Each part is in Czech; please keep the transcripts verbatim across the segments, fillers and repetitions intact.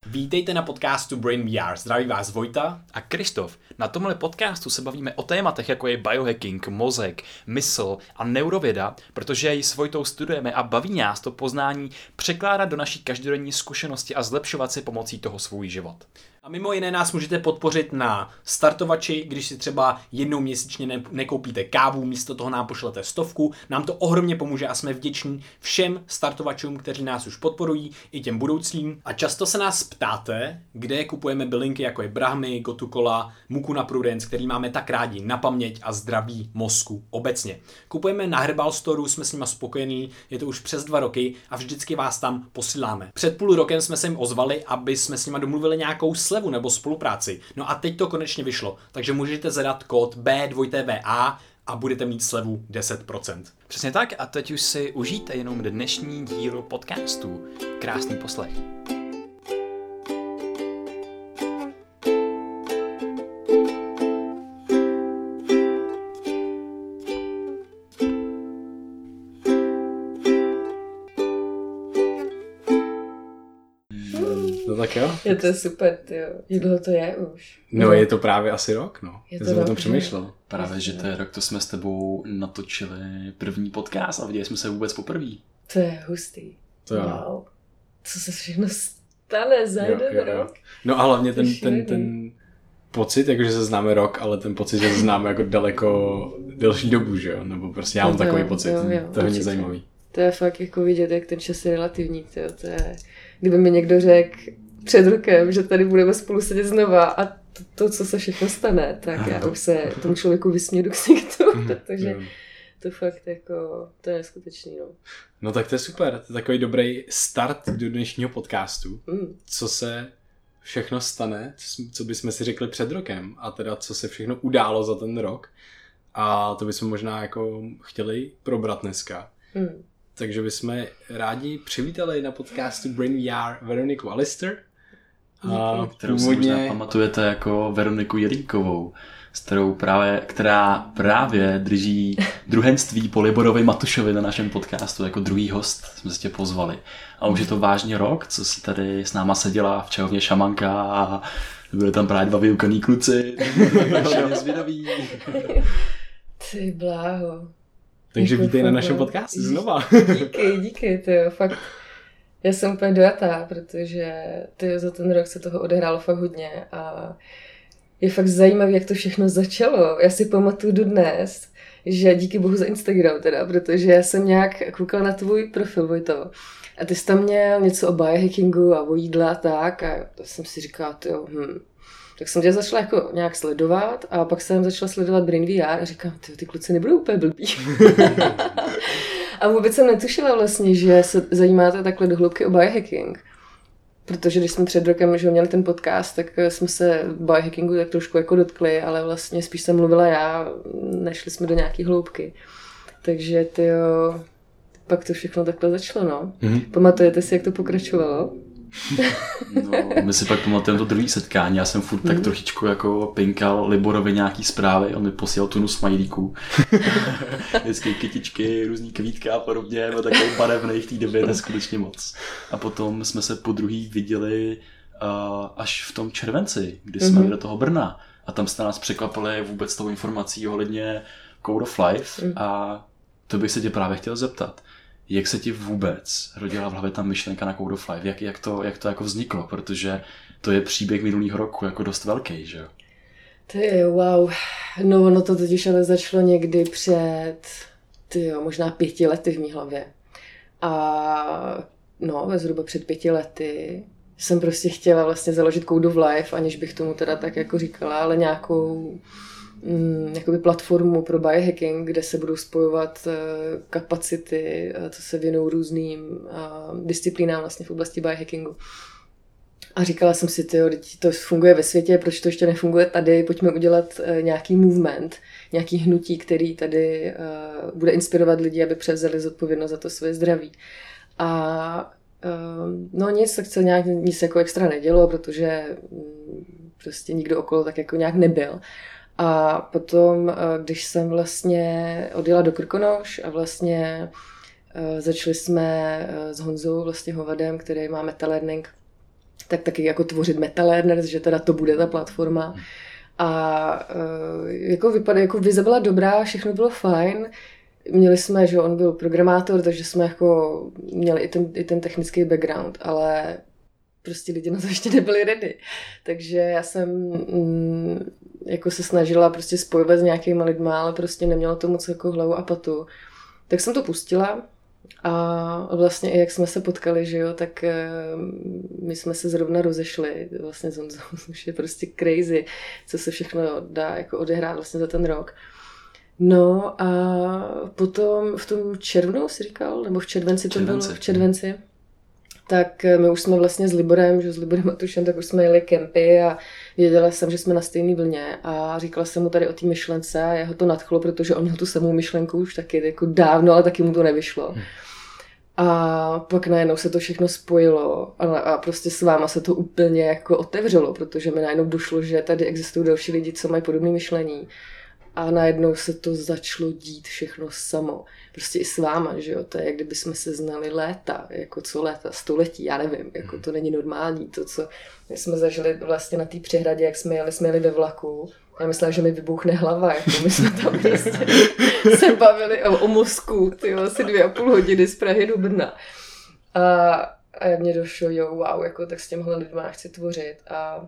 Vítejte na podcastu Brain V R. Zdraví vás Vojta a Krištof. Na tomhle podcastu se bavíme o tématech, jako je biohacking, mozek, mysl a neurověda, protože ji s Vojtou studujeme a baví nás to poznání překládat do naší každodenní zkušenosti a zlepšovat si pomocí toho svůj život. A mimo jiné nás můžete podpořit na startovači, když si třeba jednou měsíčně ne- nekoupíte kávu, místo toho nám pošlete stovku, nám to ohromně pomůže a jsme vděční všem startovačům, kteří nás už podporují, i těm budoucím. A často se nás ptáte, kde kupujeme bylinky jako je Brahmi, Gotukola, Muku na Prudence, který máme tak rádi na paměť a zdraví mozku obecně. Kupujeme na Herbal Storeu, jsme s nima spokojení, je to už přes dva roky a vždycky vás tam posíláme. Před půl rokem jsme se jim ozvali, aby jsme s nima domluvili nějakou slevu nebo spolupráci. No a teď to konečně vyšlo, takže můžete zadat kód B dva V A a budete mít slevu deset procent. Přesně tak a teď už si užijte jenom dnešní díl podcastu. Krásný poslech. No tak jo. Je to super, tyjo. Jak dlouho to je už? No je to právě asi rok, no. Je Já to jsem o rok, tom že? přemýšlel. Právě, že to je rok, to jsme s tebou natočili první podcast a viděli jsme se vůbec poprvé. To je hustý. To jo. Wow. Co se všechno stane za Jo, jeden jo, jo. rok? No a hlavně ten, To je ten, šílený. ten pocit, jakože se známe rok, ale ten pocit, že se známe jako daleko delší dobu, že jo? Nebo prostě já mám No to takový jo, pocit, jo, jo, to je hodně určitě. zajímavý. To je fakt jako vidět, jak ten čas je relativní, tyjo. To je... Kdyby mi někdo řekl před rokem, že tady budeme spolu sedět znova a to, to co se všechno stane, tak já už se tomu člověku vysměju do ksichtu, protože Jo. to fakt jako, to je neskutečný, no. No tak to je super, to je takový dobrý start do dnešního podcastu. Mm. Co se všechno stane, co, jsme- co bychom si řekli před rokem a teda co se všechno událo za ten rok. A to bychom možná jako chtěli probrat dneska. Mm. Takže bychom rádi přivítali na podcastu Brain V R Veroniku Alister. A Kterou si možná pamatujete jako Veroniku Jelínkovou, s kterou právě, která právě drží druhenství po Liborovi Matušovi na našem podcastu jako druhý host, jsme se tě pozvali. A už je to vážně rok, co si tady s náma seděla v čajovně Šamanka a byli tam právě dva vyukaný kluci, takže zvědaví. Ty bláho. Takže Jako vítej na fakt, našem no. podcastu znova. Díky, díky, to jo, fakt. Já jsem úplně dojatá, protože ty za ten rok se toho odehrálo fakt hodně a je fakt zajímavé, jak to všechno začalo. Já si pamatuju dodnes, že díky bohu za Instagram teda, protože já jsem nějak koukala na tvůj profil, Vojto, a ty jsi tam měl něco o biohackingu a o jídle a tak a to jsem si říkala, tyjo, hm. Tak jsem tě začala jako nějak sledovat a pak jsem začala sledovat Brain V R a říkám, tyjo, ty kluci nebudou úplně blbí. A vůbec jsem netušila vlastně, že se zajímáte takhle do hloubky o biohacking. Protože když jsme před rokem že měli ten podcast, tak jsme se biohackingu tak trošku jako dotkli, ale vlastně spíš jsem mluvila já, nešli jsme do nějaký hloubky. Takže tyjo, pak to všechno takhle začalo, no. Mhm. Pamatujete si, jak to pokračovalo? No, my si pak pamatujeme to druhé setkání, já jsem furt tak trošičku jako pinkal Liborovi nějaký zprávy, on mi posílal tunu smajlíků. Vždycky kytičky, různý kvítka a podobně, byl takový barevnej v té době neskutečně moc. A potom jsme se po druhý viděli uh, až v tom červenci, kdy jsme Mhm. byli do toho Brna. A tam jste nás překvapili vůbec tou informací ohledně Code of Life Mhm. a to bych se tě právě chtěl zeptat. Jak se ti vůbec rodila v hlavě ta myšlenka na Code of Life? Jak, jak, to, jak to jako vzniklo? Protože to je příběh minulého roku jako dost velký, že jo? To je wow. No ono to totiž ale začalo někdy před, tyjo, možná pěti lety v mý hlavě. A no, zhruba před pěti lety jsem prostě chtěla vlastně založit Code of Life, aniž bych tomu teda tak jako říkala, ale nějakou mm, jakoby platformu pro biohacking, kde se budou spojovat eh, kapacity, eh, co se věnují různým eh, disciplínám vlastně v oblasti biohackingu. A říkala jsem si, tyjo, to funguje ve světě, proč to ještě nefunguje tady, pojďme udělat uh, nějaký movement, nějaký hnutí, který tady uh, bude inspirovat lidi, aby převzali zodpovědnost za to své zdraví. A uh, no nic, tak se nějak nic jako extra nedělo, protože um, prostě nikdo okolo tak jako nějak nebyl. A potom, uh, když jsem vlastně odjela do Krkonoš a vlastně uh, začali jsme uh, s Honzou, vlastně Hovadem, který má Meta Learning, tak taky jako tvořit Meta Learners, že teda to bude ta platforma. A jako vypadá, jako vize byla dobrá, všechno bylo fajn. Měli jsme, že on byl programátor, takže jsme jako měli i ten, i ten technický background, ale prostě lidi na to ještě nebyli ready. Takže já jsem mm, jako se snažila prostě spojovat s nějakýma lidma, ale prostě nemělo to moc jako hlavu a patu. Tak jsem to pustila a vlastně i jak jsme se potkali, že jo, tak my jsme se zrovna rozešli vlastně s Honzou, už je prostě crazy, co se všechno dá jako odehrát vlastně za ten rok. No a potom v tom červnu si říkal, nebo v červenci to bylo, v červenci, tak my už jsme vlastně s Liborem, že s Liborem Matušem, tak už jsme jeli kempy a věděla jsem, že jsme na stejné vlně a říkala jsem mu tady o té myšlence a jeho to nadchlo, protože on měl tu samou myšlenku už taky jako dávno, ale taky mu to nevyšlo. Hmm. A pak najednou se to všechno spojilo a, a prostě s váma se to úplně jako otevřelo, protože mi najednou došlo, že tady existují další lidi, co mají podobné myšlení. A najednou se to začalo dít všechno samo. Prostě i s váma, že jo, to je, jak kdyby jsme se znali léta, jako co léta, století, já nevím, jako to není normální, to, co my jsme zažili vlastně na té přehradě, jak jsme jeli, jsme jeli ve vlaku. Já myslela, že mi vybuchne hlava, jako my jsme tam prostě se bavili o, o mozku, ty asi dvě a půl hodiny z Prahy do Brna. A, a mě došlo, jo, wow, jako tak s těmhle lidma chci tvořit. A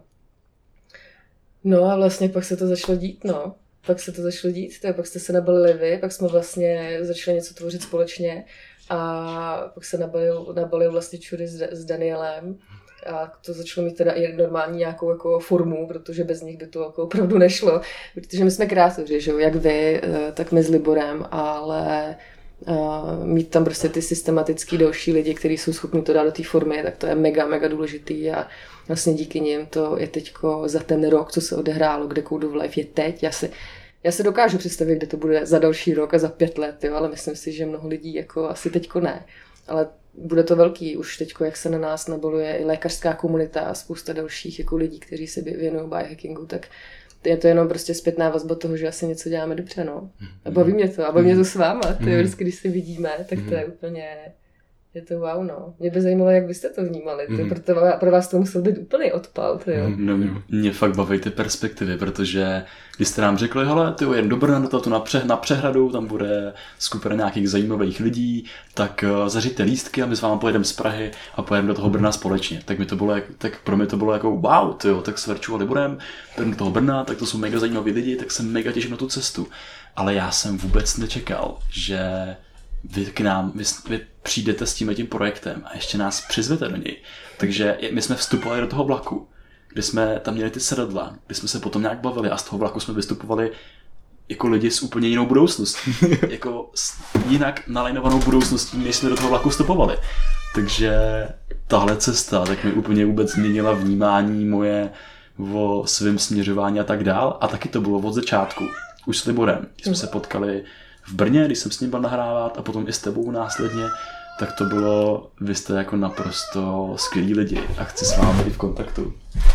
no a vlastně pak se to začalo dít, no. Pak se to začalo dít, tak pak jste se nabalili vy, pak jsme vlastně začali něco tvořit společně a pak se nabalil, nabalil vlastně Čury s, s Danielem a to začalo mít teda i normální nějakou jako formu, protože bez nich by to jako opravdu nešlo, protože my jsme kreatoři, že jo, jak vy, tak my s Liborem, ale uh, mít tam prostě ty systematický další lidi, kteří jsou schopni to dát do té formy, tak to je mega, mega důležitý a vlastně díky nim to je teďko za ten rok, co se odehrálo, kde Code of Life je teď. Já si, já si dokážu představit, kde to bude za další rok a za pět let, jo, ale myslím si, že mnoho lidí jako asi teďko ne. Ale bude to velký už teďko, jak se na nás nabaluje i lékařská komunita a spousta dalších jako lidí, kteří se věnují biohackingu, tak je to jenom prostě zpětná vazba toho, že asi něco děláme dobře, no. A baví mě to, a baví mě to s váma, to je vždycky, když se vidíme, tak to je úplně... Je to wow, no. Mě by zajímalo, jak byste to vnímali. Mm. To, proto, pro vás to musel být úplný odpal. Jo? No, mě fakt baví ty perspektivy, protože když jste nám řekli, hele, ty jen do Brna, do to na, pře- na přehradu, tam bude skupina nějakých zajímavých lidí, tak uh, zařiďte lístky a my s vámi pojedeme z Prahy a pojedeme do toho Brna společně. Tak, mi to bylo, tak pro mě to bylo jako wow, tyjo, tak s Verčou a Liborem, do toho Brna, tak to jsou mega zajímaví lidi, tak se mega těším na tu cestu. Ale já jsem vůbec nečekal, že vy k nám, vy, vy přijdete s tím tím projektem a ještě nás přizvete do něj. Takže my jsme vstupovali do toho vlaku, kdy jsme tam měli ty sedadla, kdy jsme se potom nějak bavili a z toho vlaku jsme vystupovali jako lidi s úplně jinou budoucností. Jako s jinak nalajnovanou budoucností, než jsme do toho vlaku vstupovali. Takže tahle cesta tak mi úplně vůbec změnila vnímání moje o svém směřování a tak dál. A taky to bylo od začátku. Už s Liborem, když jsme se potkali v Brně, když jsem s ním byl nahrávat a potom i s tebou následně, tak to bylo, vy jste jako naprosto skvělí lidi a chci s vámi být v kontaktu.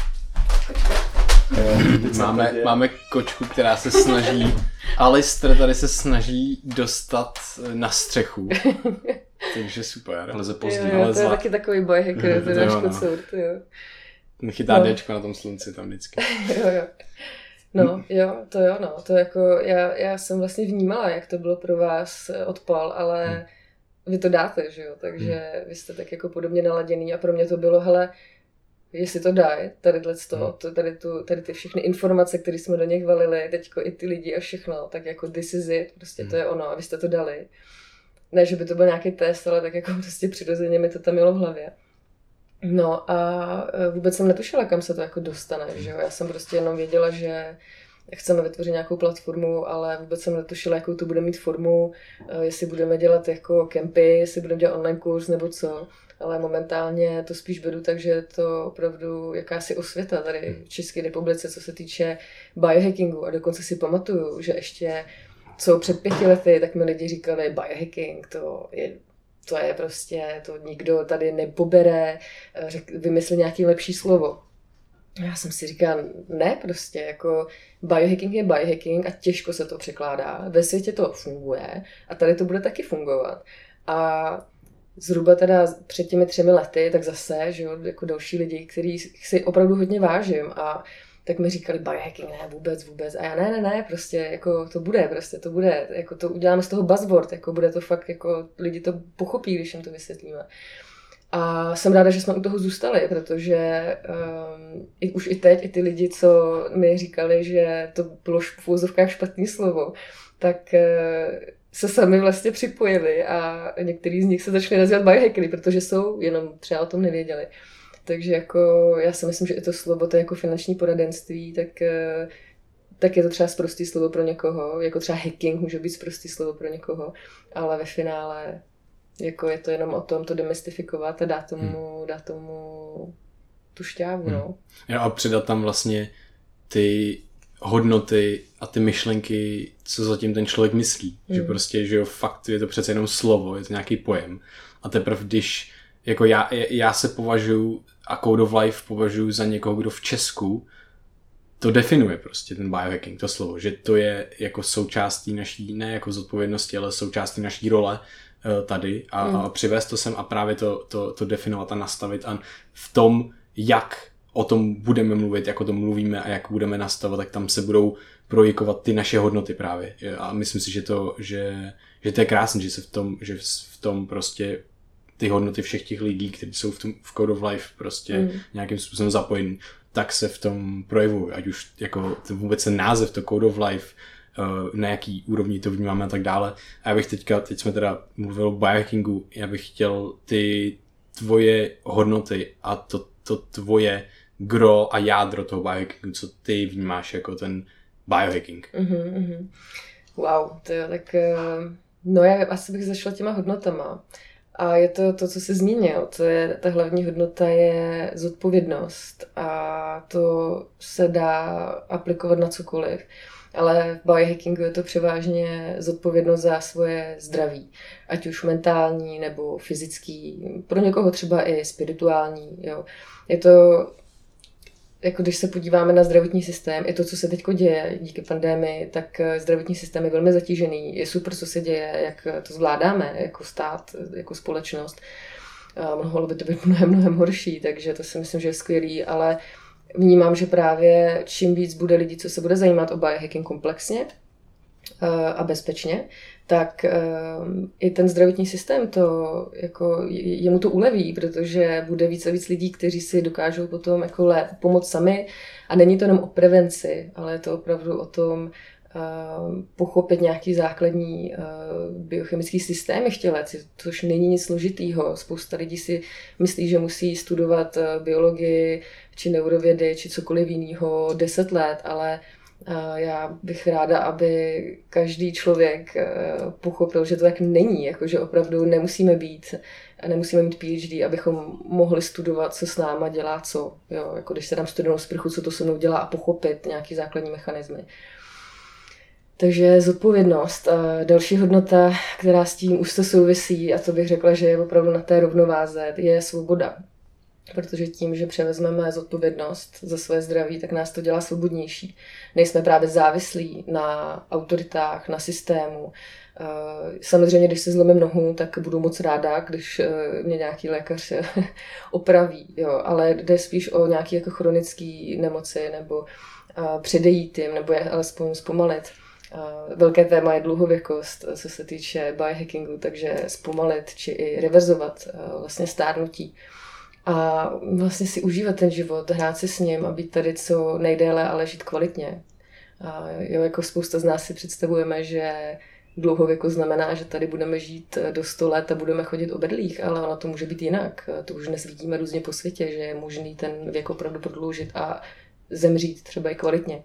Máme, máme kočku, která se snaží, Alistair tady se snaží dostat na střechu. Takže super. Leze pozdě. Jo, jo, to je taky takový biohacker, to je náš kocour, to jo. Chytá no. Déčko na tom slunci tam vždycky. Jo, jo. No, jo, to jo, no, to jako, já, já jsem vlastně vnímala, jak to bylo pro vás odpal, ale hmm. vy to dáte, že jo, takže hmm. vy jste tak jako podobně naladěný a pro mě to bylo, hele, jestli to dají, tady, to, tady, tu, tady ty všechny informace, které jsme do nich valili, teďko i ty lidi a všechno, tak jako this is it, prostě hmm. to je ono a vy jste to dali. Ne, že by to byl nějaký test, ale tak jako prostě přirozeně mi to tam mělo v hlavě. No a vůbec jsem netušila, kam se to jako dostane, že jo? Já jsem prostě jenom věděla, že chceme vytvořit nějakou platformu, ale vůbec jsem netušila, jakou to bude mít formu, jestli budeme dělat jako kempy, jestli budeme dělat online kurz nebo co. Ale momentálně to spíš beru tak, že je to opravdu jakási osvěta tady v České republice, co se týče biohackingu. A dokonce si pamatuju, že ještě co před pěti lety, tak mi lidi říkali, biohacking, to je To je prostě, to nikdo tady nepobere, řek, vymysli nějaký lepší slovo. Já jsem si říkala, ne prostě, jako biohacking je biohacking a těžko se to překládá. Ve světě to funguje a tady to bude taky fungovat. A zhruba teda před těmi třemi lety, tak zase, že jo, jako další lidi, který si opravdu hodně vážím a tak mi říkali, biohacking, ne, vůbec, vůbec. A já ne, ne, ne, prostě, jako to bude, prostě to bude, jako to uděláme z toho buzzword, jako bude to fakt, jako lidi to pochopí, když jim to vysvětlíme. A jsem ráda, že jsme u toho zůstali, protože um, i, už i teď, i ty lidi, co mi říkali, že to bylo v úvozovkách špatný slovo, tak uh, se sami vlastně připojili a některý z nich se začali nazývat biohackery, protože jsou, jenom třeba o tom nevěděli. Takže jako já si myslím, že i to slovo, to je jako finanční poradenství, tak, tak je to třeba sprostý slovo pro někoho, jako třeba hacking může být sprostý slovo pro někoho, ale ve finále jako je to jenom o tom to demystifikovat a dát tomu, hmm. dát tomu tu šťávu, hmm. no. Jo, a přidat tam vlastně ty hodnoty a ty myšlenky, co zatím ten člověk myslí. Hmm. Že prostě, že jo, fakt je to přece jenom slovo, je to nějaký pojem. A teprve když, jako já, já se považuji a Code of Life považuji za někoho, kdo v Česku to definuje prostě ten biohacking, to slovo, že to je jako součástí naší, ne jako zodpovědnosti, ale součástí naší role tady a, mm. a přivést to sem a právě to, to, to definovat a nastavit a v tom, jak o tom budeme mluvit, jak o tom mluvíme a jak budeme nastavovat, tak tam se budou projikovat ty naše hodnoty právě. A myslím si, že to, že, že to je krásné, že se v tom, že v tom prostě ty hodnoty všech těch lidí, kteří jsou v, tom, v Code of Life prostě mm. nějakým způsobem zapojení, tak se v tom projevují. Ať už jako vůbec ten název, to Code of Life, na jaký úrovni to vnímáme a tak dále. A já bych teďka, teď jsme teda mluvili o biohackingu, já bych chtěl ty tvoje hodnoty a to, to tvoje gro a jádro toho biohackingu, co ty vnímáš jako ten biohacking. Mm-hmm. Wow, to je tak, no já asi bych začala těma hodnotama. A je to to, co jsi zmínil, to je, ta hlavní hodnota je zodpovědnost a to se dá aplikovat na cokoliv. Ale v biohackingu je to převážně zodpovědnost za svoje zdraví, ať už mentální nebo fyzický, pro někoho třeba i spirituální. Jo. Je to, jako když se podíváme na zdravotní systém, i to, co se teď děje díky pandemii, tak zdravotní systém je velmi zatížený. Je super, co se děje, jak to zvládáme jako stát, jako společnost. Mohlo by to být mnohem, mnohem horší, takže to si myslím, že je skvělý, ale vnímám, že právě čím víc bude lidí, co se bude zajímat o biohacking komplexně a bezpečně, tak i ten zdravotní systém to jako jemu to uleví, protože bude víc a víc lidí, kteří si dokážou potom jako lépe pomoct sami a není to jenom o prevenci, ale je to opravdu o tom pochopit nějaký základní biochemický systémy v těle, což není nic složitýho. Spousta lidí si myslí, že musí studovat biologii či neurovědy či cokoliv jiného deset let, ale já bych ráda, aby každý člověk pochopil, že to tak není, jako že opravdu nemusíme být, nemusíme mít P H D, abychom mohli studovat, co s náma dělá co. Jo, jako když se dám studenou sprchu, co to se mnou dělá a pochopit nějaký základní mechanismy. Takže zodpovědnost. A další hodnota, která s tím už to souvisí, a to bych řekla, že je opravdu na té rovnováze, je svoboda. Protože tím, že převezmeme zodpovědnost za své zdraví, tak nás to dělá svobodnější. Nejsme právě závislí na autoritách, na systému. Samozřejmě, když se zlomím nohu, tak budu moc ráda, když mě nějaký lékař opraví. Jo. Ale jde spíš o nějaké jako chronické nemoci nebo předejít jim, nebo je alespoň zpomalit. Velké téma je dlouhověkost, co se týče biohackingu, takže zpomalit či i reverzovat vlastně stárnutí. A vlastně si užívat ten život, hrát si s ním a být tady co nejdéle, ale žít kvalitně. A jo, jako spousta z nás si představujeme, že dlouhověkost znamená, že tady budeme žít do sto let a budeme chodit o berlích, ale ono to může být jinak. To už dnes vidíme různě po světě, že je možný ten věk opravdu prodloužit a zemřít třeba i kvalitně.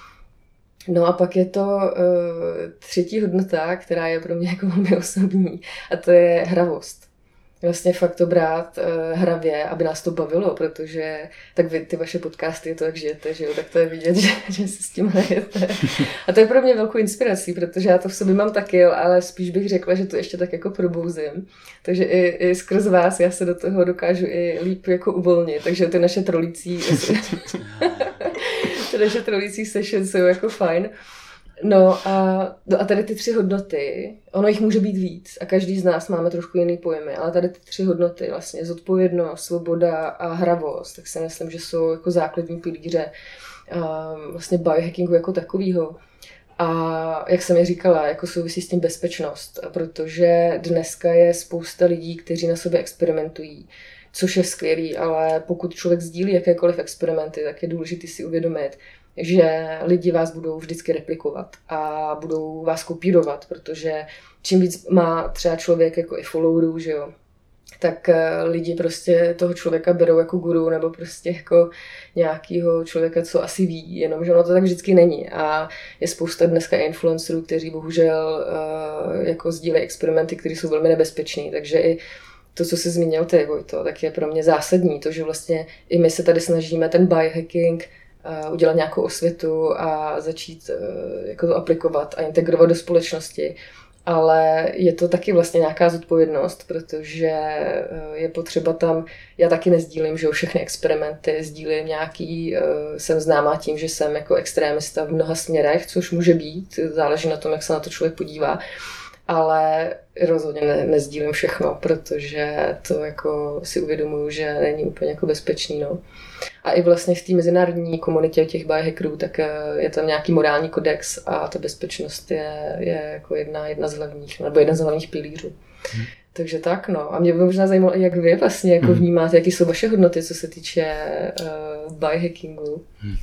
No a pak je to uh, třetí hodnota, která je pro mě jako velmi osobní, a to je hravost. Vlastně fakt to brát uh, hravě, aby nás to bavilo, protože tak vy, ty vaše podcasty, je to jak žijete, že jo, tak to je vidět, že, že si s tím hrajete. A to je pro mě velkou inspirací, protože já to v sobě mám taky, ale spíš bych řekla, že to ještě tak jako probouzím. Takže i, i skrz vás já se do toho dokážu i líp jako uvolnit, takže ty naše trolící ty naše trolící sessions jsou jako fajn. No a, no a tady ty tři hodnoty, ono jich může být víc a každý z nás máme trošku jiný pojmy, ale tady ty tři hodnoty, vlastně zodpovědnost, svoboda a hravost, tak si myslím, že jsou jako základní pilíře um, vlastně biohackingu jako takovýho. A jak jsem je říkala, jako souvisí s tím bezpečnost, protože dneska je spousta lidí, kteří na sobě experimentují, což je skvělý, ale pokud člověk sdílí jakékoliv experimenty, tak je důležité si uvědomit, že lidi vás budou vždycky replikovat a budou vás kopírovat, protože čím víc má třeba člověk jako i followerů, že jo, tak lidi prostě toho člověka berou jako guru nebo prostě jako nějakýho člověka, co asi ví, jenomže ono to tak vždycky není. A je spousta dneska influencerů, kteří bohužel uh, jako sdílejí experimenty, které jsou velmi nebezpečné, takže i to, co jsi zmínil ty, Vojto, tak je pro mě zásadní, to, že vlastně i my se tady snažíme ten biohacking uh, udělat nějakou osvětu a začít uh, jako to aplikovat a integrovat do společnosti. Ale je to taky vlastně nějaká zodpovědnost, protože je potřeba tam, já taky nezdílím, že všechny experimenty, sdílím nějaký, jsem známá tím, že jsem jako extrémista v mnoha směrech, což může být, záleží na tom, jak se na to člověk podívá, ale rozhodně ne, nezdílím všechno, protože to jako si uvědomuju, že není úplně jako bezpečný, no. A i vlastně v té mezinárodní komunitě těch biohackerů, tak je tam nějaký morální kodex a ta bezpečnost je, je jako jedna, jedna z hlavních, nebo jeden z hlavních pilířů. Hmm. Takže tak, no. A mě by možná zajímalo, jak vy vlastně jako vnímáte, jaké jsou vaše hodnoty, co se týče uh, biohackingu. Hmm.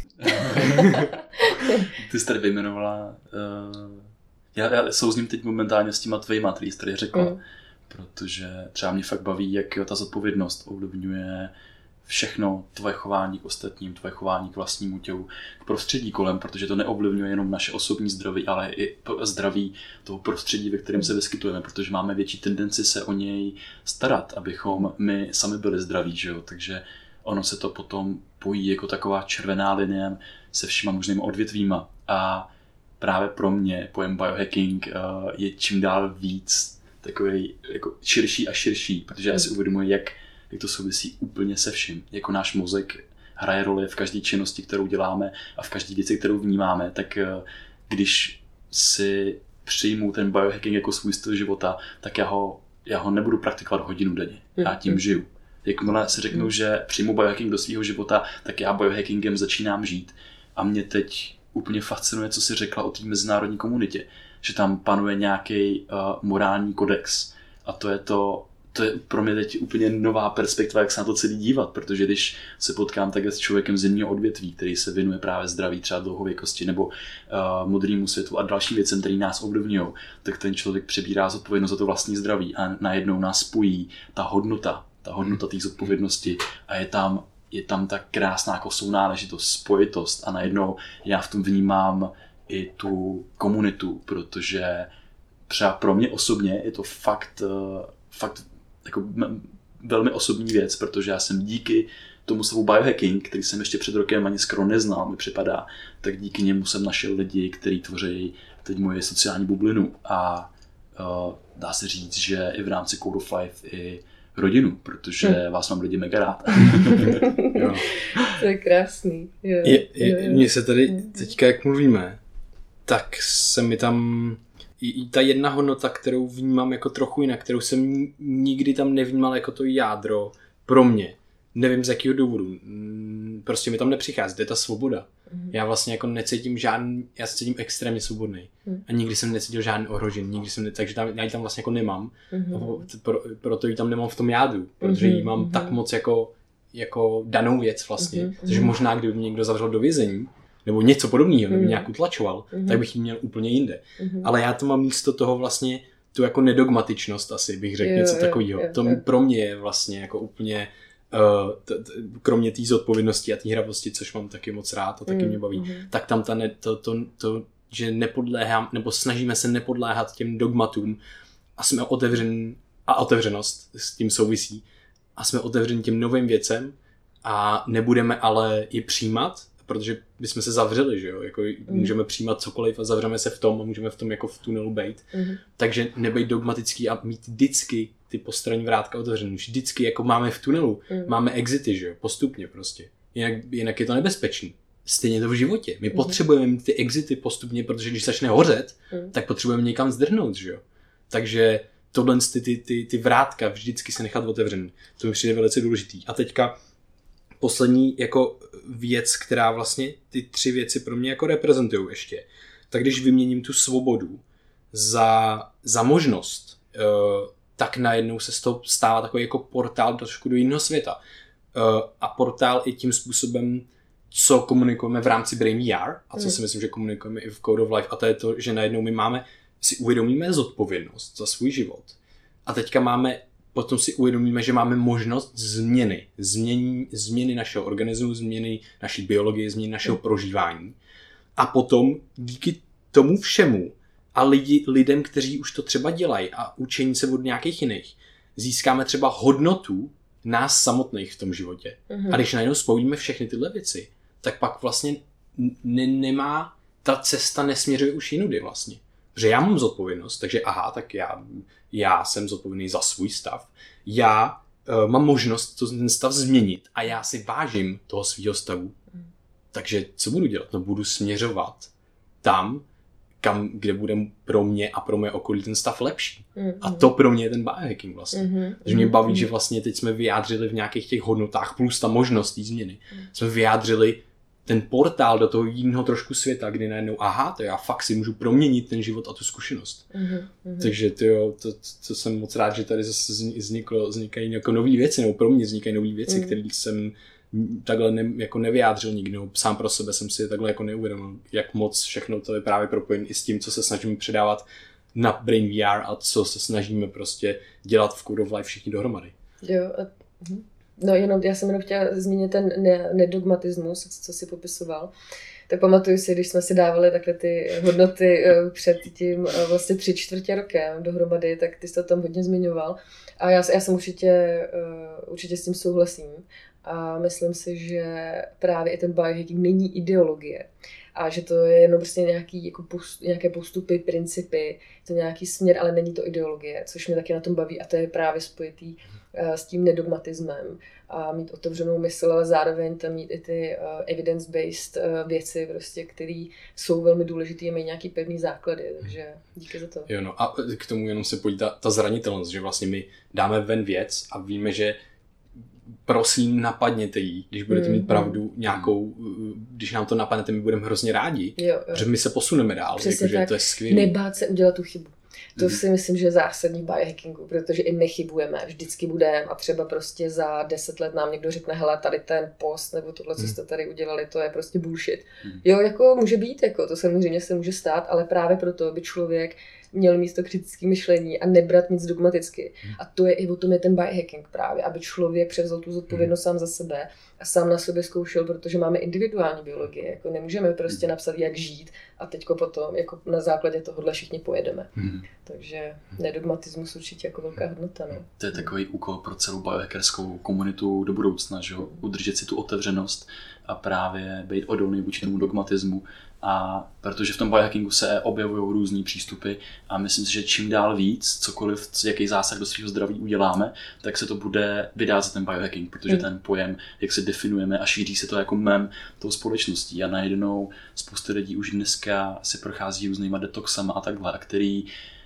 Ty jsi tady vyjmenovala... Uh... Já, já souzním teď momentálně s těma tvojima, který jsi tady řekla, mm. protože třeba mě fakt baví, jak ta zodpovědnost ovlivňuje všechno tvoje chování k ostatním, tvoje chování k vlastnímu tělu, k prostředí kolem, protože to neovlivňuje jenom naše osobní zdraví, ale i zdraví toho prostředí, ve kterém se vyskytujeme, protože máme větší tendenci se o něj starat, abychom my sami byli zdraví, že jo? Takže ono se to potom pojí jako taková červená linie se všema možnými odvětvíma a právě pro mě pojem biohacking uh, je čím dál víc takový jako širší a širší, protože já si uvědomuji, jak, jak to souvisí úplně se vším. Jako náš mozek hraje roli v každé činnosti, kterou děláme a v každé věci, kterou vnímáme, tak uh, když si přijmu ten biohacking jako svůj styl života, tak já ho, já ho nebudu praktikovat hodinu denně. Já tím žiju. Jakmile si řeknu, že přijmu biohacking do svého života, tak já biohackingem začínám žít. A mě teď úplně fascinuje, co jsi řekla o té mezinárodní komunitě, že tam panuje nějaký uh, morální kodex a to je to, to je pro mě teď úplně nová perspektiva, jak se na to celý dívat, protože když se potkám takhle s člověkem z jiného odvětví, který se věnuje právě zdraví, třeba dlouhověkosti nebo uh, modrýmu světu a dalším věcem, který nás ovlivňují, tak ten člověk přebírá zodpovědnost za to vlastní zdraví a najednou nás spojí ta hodnota, ta hodnota té zodpovědnosti a je tam je tam ta krásná jako sounáležitost, spojitost a najednou já v tom vnímám i tu komunitu, protože třeba pro mě osobně je to fakt, fakt jako velmi osobní věc, protože já jsem díky tomu slovu biohacking, který jsem ještě před rokem ani skoro neznal, mi připadá, tak díky němu jsem našel lidi, kteří tvoří teď moje sociální bublinu a uh, dá se říct, že i v rámci Code of Life i rodinu, protože hmm. vás mám lidi mega rád. Jo. To je krásný. Jo. Je, je, mně se tady teďka, jak mluvíme, tak se mi tam i ta jedna hodnota, kterou vnímám jako trochu jinak, kterou jsem nikdy tam nevnímal jako to jádro pro mě. Nevím z jakého důvodu. Prostě mi tam nepřichází, to je ta svoboda. Mm. Já vlastně jako necítím žádný, já se cítím extrémně svobodný. Mm. A nikdy jsem necítil žádný ohrožení, nikdy jsem ne, takže tam, já ji tam vlastně jako nemám. Mm. Pro, proto ji tam nemám v tom jádru, protože ji mám mm. tak moc jako, jako danou věc vlastně. Mm. Takže možná, kdyby mě někdo zavřel do vězení, nebo něco podobného, nebo mm. nějak utlačoval, mm. tak bych ji měl úplně jinde. Mm. Ale já to mám místo toho vlastně tu jako nedogmatičnost asi, bych řekl, jo, něco takového. To jo. Pro mě je vlastně jako úplně Uh, t- t- kromě té zodpovědnosti a té hravosti, což mám taky moc rád a taky mm, mě baví, mm. tak tam ta ne, to, to, to, že nepodléhám, nebo snažíme se nepodléhat těm dogmatům a jsme otevření, a otevřenost s tím souvisí, a jsme otevření těm novým věcem a nebudeme ale je přijímat, protože bychom se zavřeli, že jo, jako mm. můžeme přijímat cokoliv a zavřeme se v tom a můžeme v tom jako v tunelu bejt. Mm. Takže nebejt dogmatický a mít vždycky ty postranní vrátka otevřený. Vždycky jako máme v tunelu, mm. máme exity, že jo, postupně prostě. Jinak, jinak je to nebezpečný. Stejně to v životě. My Mhm. potřebujeme mít ty exity postupně, protože když začne hořet, Mhm. tak potřebujeme někam zdrhnout, že jo. Takže tohle ty, ty, ty, ty vrátka vždycky se nechat otevřený. To mi přijde velice důležitý. A teďka poslední jako věc, která vlastně ty tři věci pro mě jako reprezentují ještě. Tak když vyměním tu svobodu za, za možnost, uh, tak najednou se z toho stává takový jako portál trošku do jiného světa. Uh, a portál i tím způsobem, co komunikujeme v rámci Brain V R a co Mm. si myslím, že komunikujeme i v Code of Life, a to je to, že najednou my máme, si uvědomíme zodpovědnost za svůj život a teďka máme, potom si uvědomíme, že máme možnost změny, změny, změny našeho organismu, změny naší biologie, změny našeho Mm. prožívání a potom díky tomu všemu a lidi, lidem, kteří už to třeba dělají a učení se od nějakých jiných, získáme třeba hodnotu nás samotných v tom životě. Mhm. A když najednou spojíme všechny tyhle věci, tak pak vlastně ne- nemá, ta cesta nesměřuje už jinudy vlastně. Protože já mám zodpovědnost, takže aha, tak já, já jsem zodpovědný za svůj stav. Já uh, mám možnost to, ten stav změnit a já si vážím toho svýho stavu. Takže co budu dělat? No budu směřovat tam, kam, kde bude pro mě a pro mé okolí ten stav lepší. Mhm. A to pro mě je ten biohacking vlastně. Mhm. Že mě baví, Mhm. že vlastně teď jsme vyjádřili v nějakých těch hodnotách plus ta možnost té změny. Jsme vyjádřili ten portál do toho jiného trošku světa, kdy najednou, aha, to já fakt si můžu proměnit ten život a tu zkušenost. Mhm. Mhm. Takže tyjo, to, to jsem moc rád, že tady zase vzniklo, vznikají jako nové věci, nebo pro mě vznikají nové věci, Mm. které jsem takhle ne, jako nevyjádřil nikdy, nebo sám pro sebe jsem si je takhle jako neuvědomil, jak moc všechno to je právě propojen i s tím, co se snažíme předávat na Brain V R a co se snažíme prostě dělat v Code of Life všichni dohromady. Jo, a, mhm. No jenom, já jsem jenom chtěla zmínit ten ne, nedogmatismus, co si popisoval. Tak pamatuju si, když jsme si dávali takhle ty hodnoty eh, před tím eh, vlastně tři čtvrtě rokem dohromady, tak ty jsi to tam hodně zmiňoval. A já, já jsem určitě, eh, určitě s tím souhlasím. A myslím si, že právě i ten biohacking není ideologie. A že to je jenom prostě nějaký, jako post, nějaké postupy, principy, to nějaký směr, ale není to ideologie, což mě taky na tom baví a to je právě spojitý uh, s tím nedogmatismem a mít otevřenou mysl, ale zároveň tam mít i ty uh, evidence-based uh, věci, prostě, které jsou velmi důležité a mají nějaký pevný základy, takže díky za to. Jo, no a k tomu jenom se podí ta, ta zranitelnost, že vlastně my dáme ven věc a víme, že prosím, napadněte jí, když budete mít pravdu nějakou, když nám to napadnete, my budeme hrozně rádi, Jo, jo. protože my se posuneme dál, jakože to je skvělé. Nebát se udělat tu chybu. To Mhm. si myslím, že je zásadní v biohackingu, protože i my chybujeme, vždycky budeme a třeba prostě za deset let nám někdo řekne, hele, tady ten post nebo tohle, co jste tady udělali, to je prostě bullshit. Mhm. Jo, jako může být, jako to samozřejmě se může stát, ale právě proto by člověk měl mít to kritické myšlení a nebrat nic dogmaticky. A to je i o tom je ten biohacking právě, aby člověk převzal tu zodpovědnost sám za sebe a sám na sobě zkoušel, protože máme individuální biologii, jako nemůžeme prostě napsat, jak žít a teďko potom jako na základě tohohle všichni pojedeme. Hmm. Takže nedogmatismus určitě jako velká hodnota. No. To je takový úkol pro celou biohackerskou komunitu do budoucna, že jo? Udržet si tu otevřenost a právě být odolný vůči tomu dogmatismu. A protože v tom biohackingu se objevují různý přístupy a myslím si, že čím dál víc, cokoliv, jaký zásah do svého zdraví uděláme, tak se to bude vydat za ten biohacking, protože Mm. ten pojem, jak se definujeme a šíří se to jako mem tou společností a najednou spousta lidí už dneska si prochází různýma detoxama a takhle, a který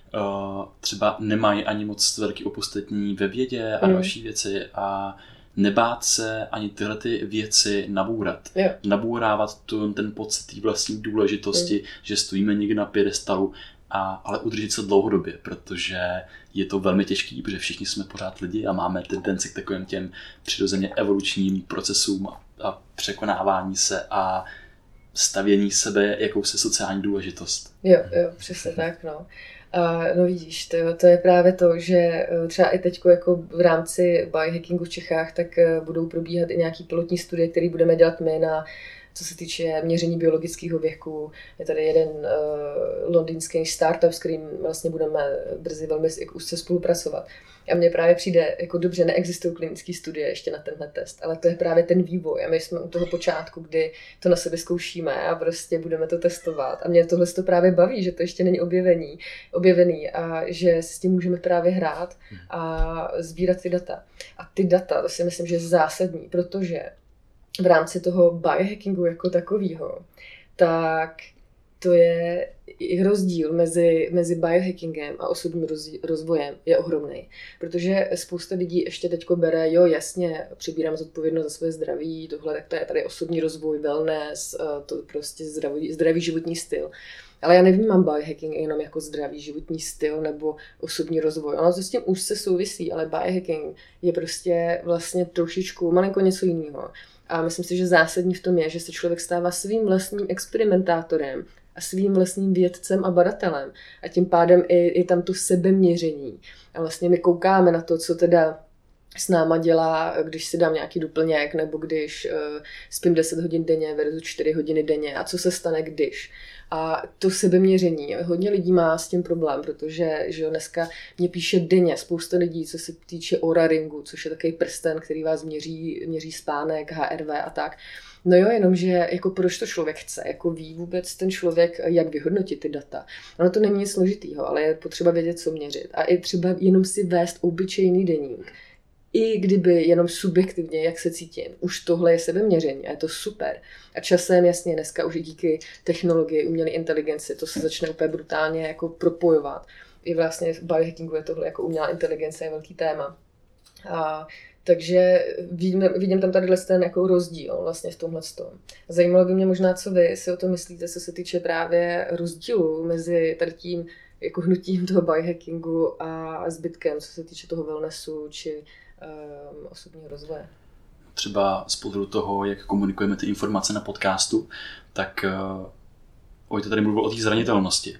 uh, třeba nemají ani moc velký opodstatní ve vědě a Mm. další věci a nebát se ani tyhle ty věci nabourat. Jo. Nabourávat tu, ten pocit té vlastní důležitosti, mm. že stojíme někde na piedestalu, a, ale udržet se dlouhodobě, protože je to velmi těžký, protože všichni jsme pořád lidi a máme tendenci k takovým těm přirozeně evolučním procesům a, a překonávání se a stavění sebe jakousi sociální důležitost. Jo, jo, přesně tak, no. A no vidíš, to, to je právě to, že třeba i teď jako v rámci biohackingu v Čechách, tak budou probíhat i nějaký pilotní studie, které budeme dělat my na, co se týče měření biologického věku. Je tady jeden uh, londýnský startup, s kterým vlastně budeme brzy velmi úzce spolupracovat. A mně právě přijde, jako dobře, neexistují klinické studie ještě na tenhle test, ale to je právě ten vývoj. A my jsme u toho počátku, kdy to na sebe zkoušíme a prostě budeme to testovat. A mě tohle to právě baví, že to ještě není objevení, objevený a že s tím můžeme právě hrát a sbírat ty data. A ty data, to si myslím, že je zásadní, protože v rámci toho biohackingu jako takového, tak to je rozdíl mezi, mezi biohackingem a osobním rozvojem je ohromný. Protože spousta lidí ještě teďko bere, jo jasně, přibírám zodpovědnost za svoje zdraví, tohle, tak to je tady osobní rozvoj, wellness, to prostě zdravý, zdravý životní styl. Ale já nevnímám biohacking jenom jako zdravý životní styl nebo osobní rozvoj. Ono to s tím úzce souvisí, ale biohacking je prostě vlastně trošičku malinko něco jiného. A myslím si, že zásadní v tom je, že se člověk stává svým vlastním experimentátorem a svým vlastním vědcem a badatelem. A tím pádem i, i tam to sebeměření. A vlastně my koukáme na to, co teda s náma dělá, když si dám nějaký doplněk, nebo když uh, spím deset hodin denně versus čtyři hodiny denně. A co se stane, když? A to sebeměření. Hodně lidí má s tím problém, protože že dneska mě píše denně spousta lidí, co se týče Oura Ringu, což je takový prsten, který vás měří, měří spánek, H R V a tak. No jo, jenomže jako proč to člověk chce, jako ví vůbec ten člověk, jak vyhodnotit ty data. Ono to není nic složitýho, ale je potřeba vědět, co měřit. A i třeba jenom si vést obyčejný deník. I kdyby jenom subjektivně, jak se cítím. Už tohle je sebeměření a je to super. A časem, jasně, dneska už i díky technologii, umělé inteligenci, to se začne úplně brutálně jako propojovat. I vlastně v biohackingu je tohle jako umělá inteligence, je velký téma. A takže vidím, vidím tam tady ten jako rozdíl vlastně v tomhle tom. Zajímalo by mě možná, co vy si o tom myslíte, co se týče právě rozdílu mezi tady tím jako hnutím toho biohackingu a zbytkem, co se týče toho wellnessu či um, osobního rozvoje. Třeba z pohledu toho, jak komunikujeme ty informace na podcastu, tak uh, Vojta tady mluvil o té zranitelnosti.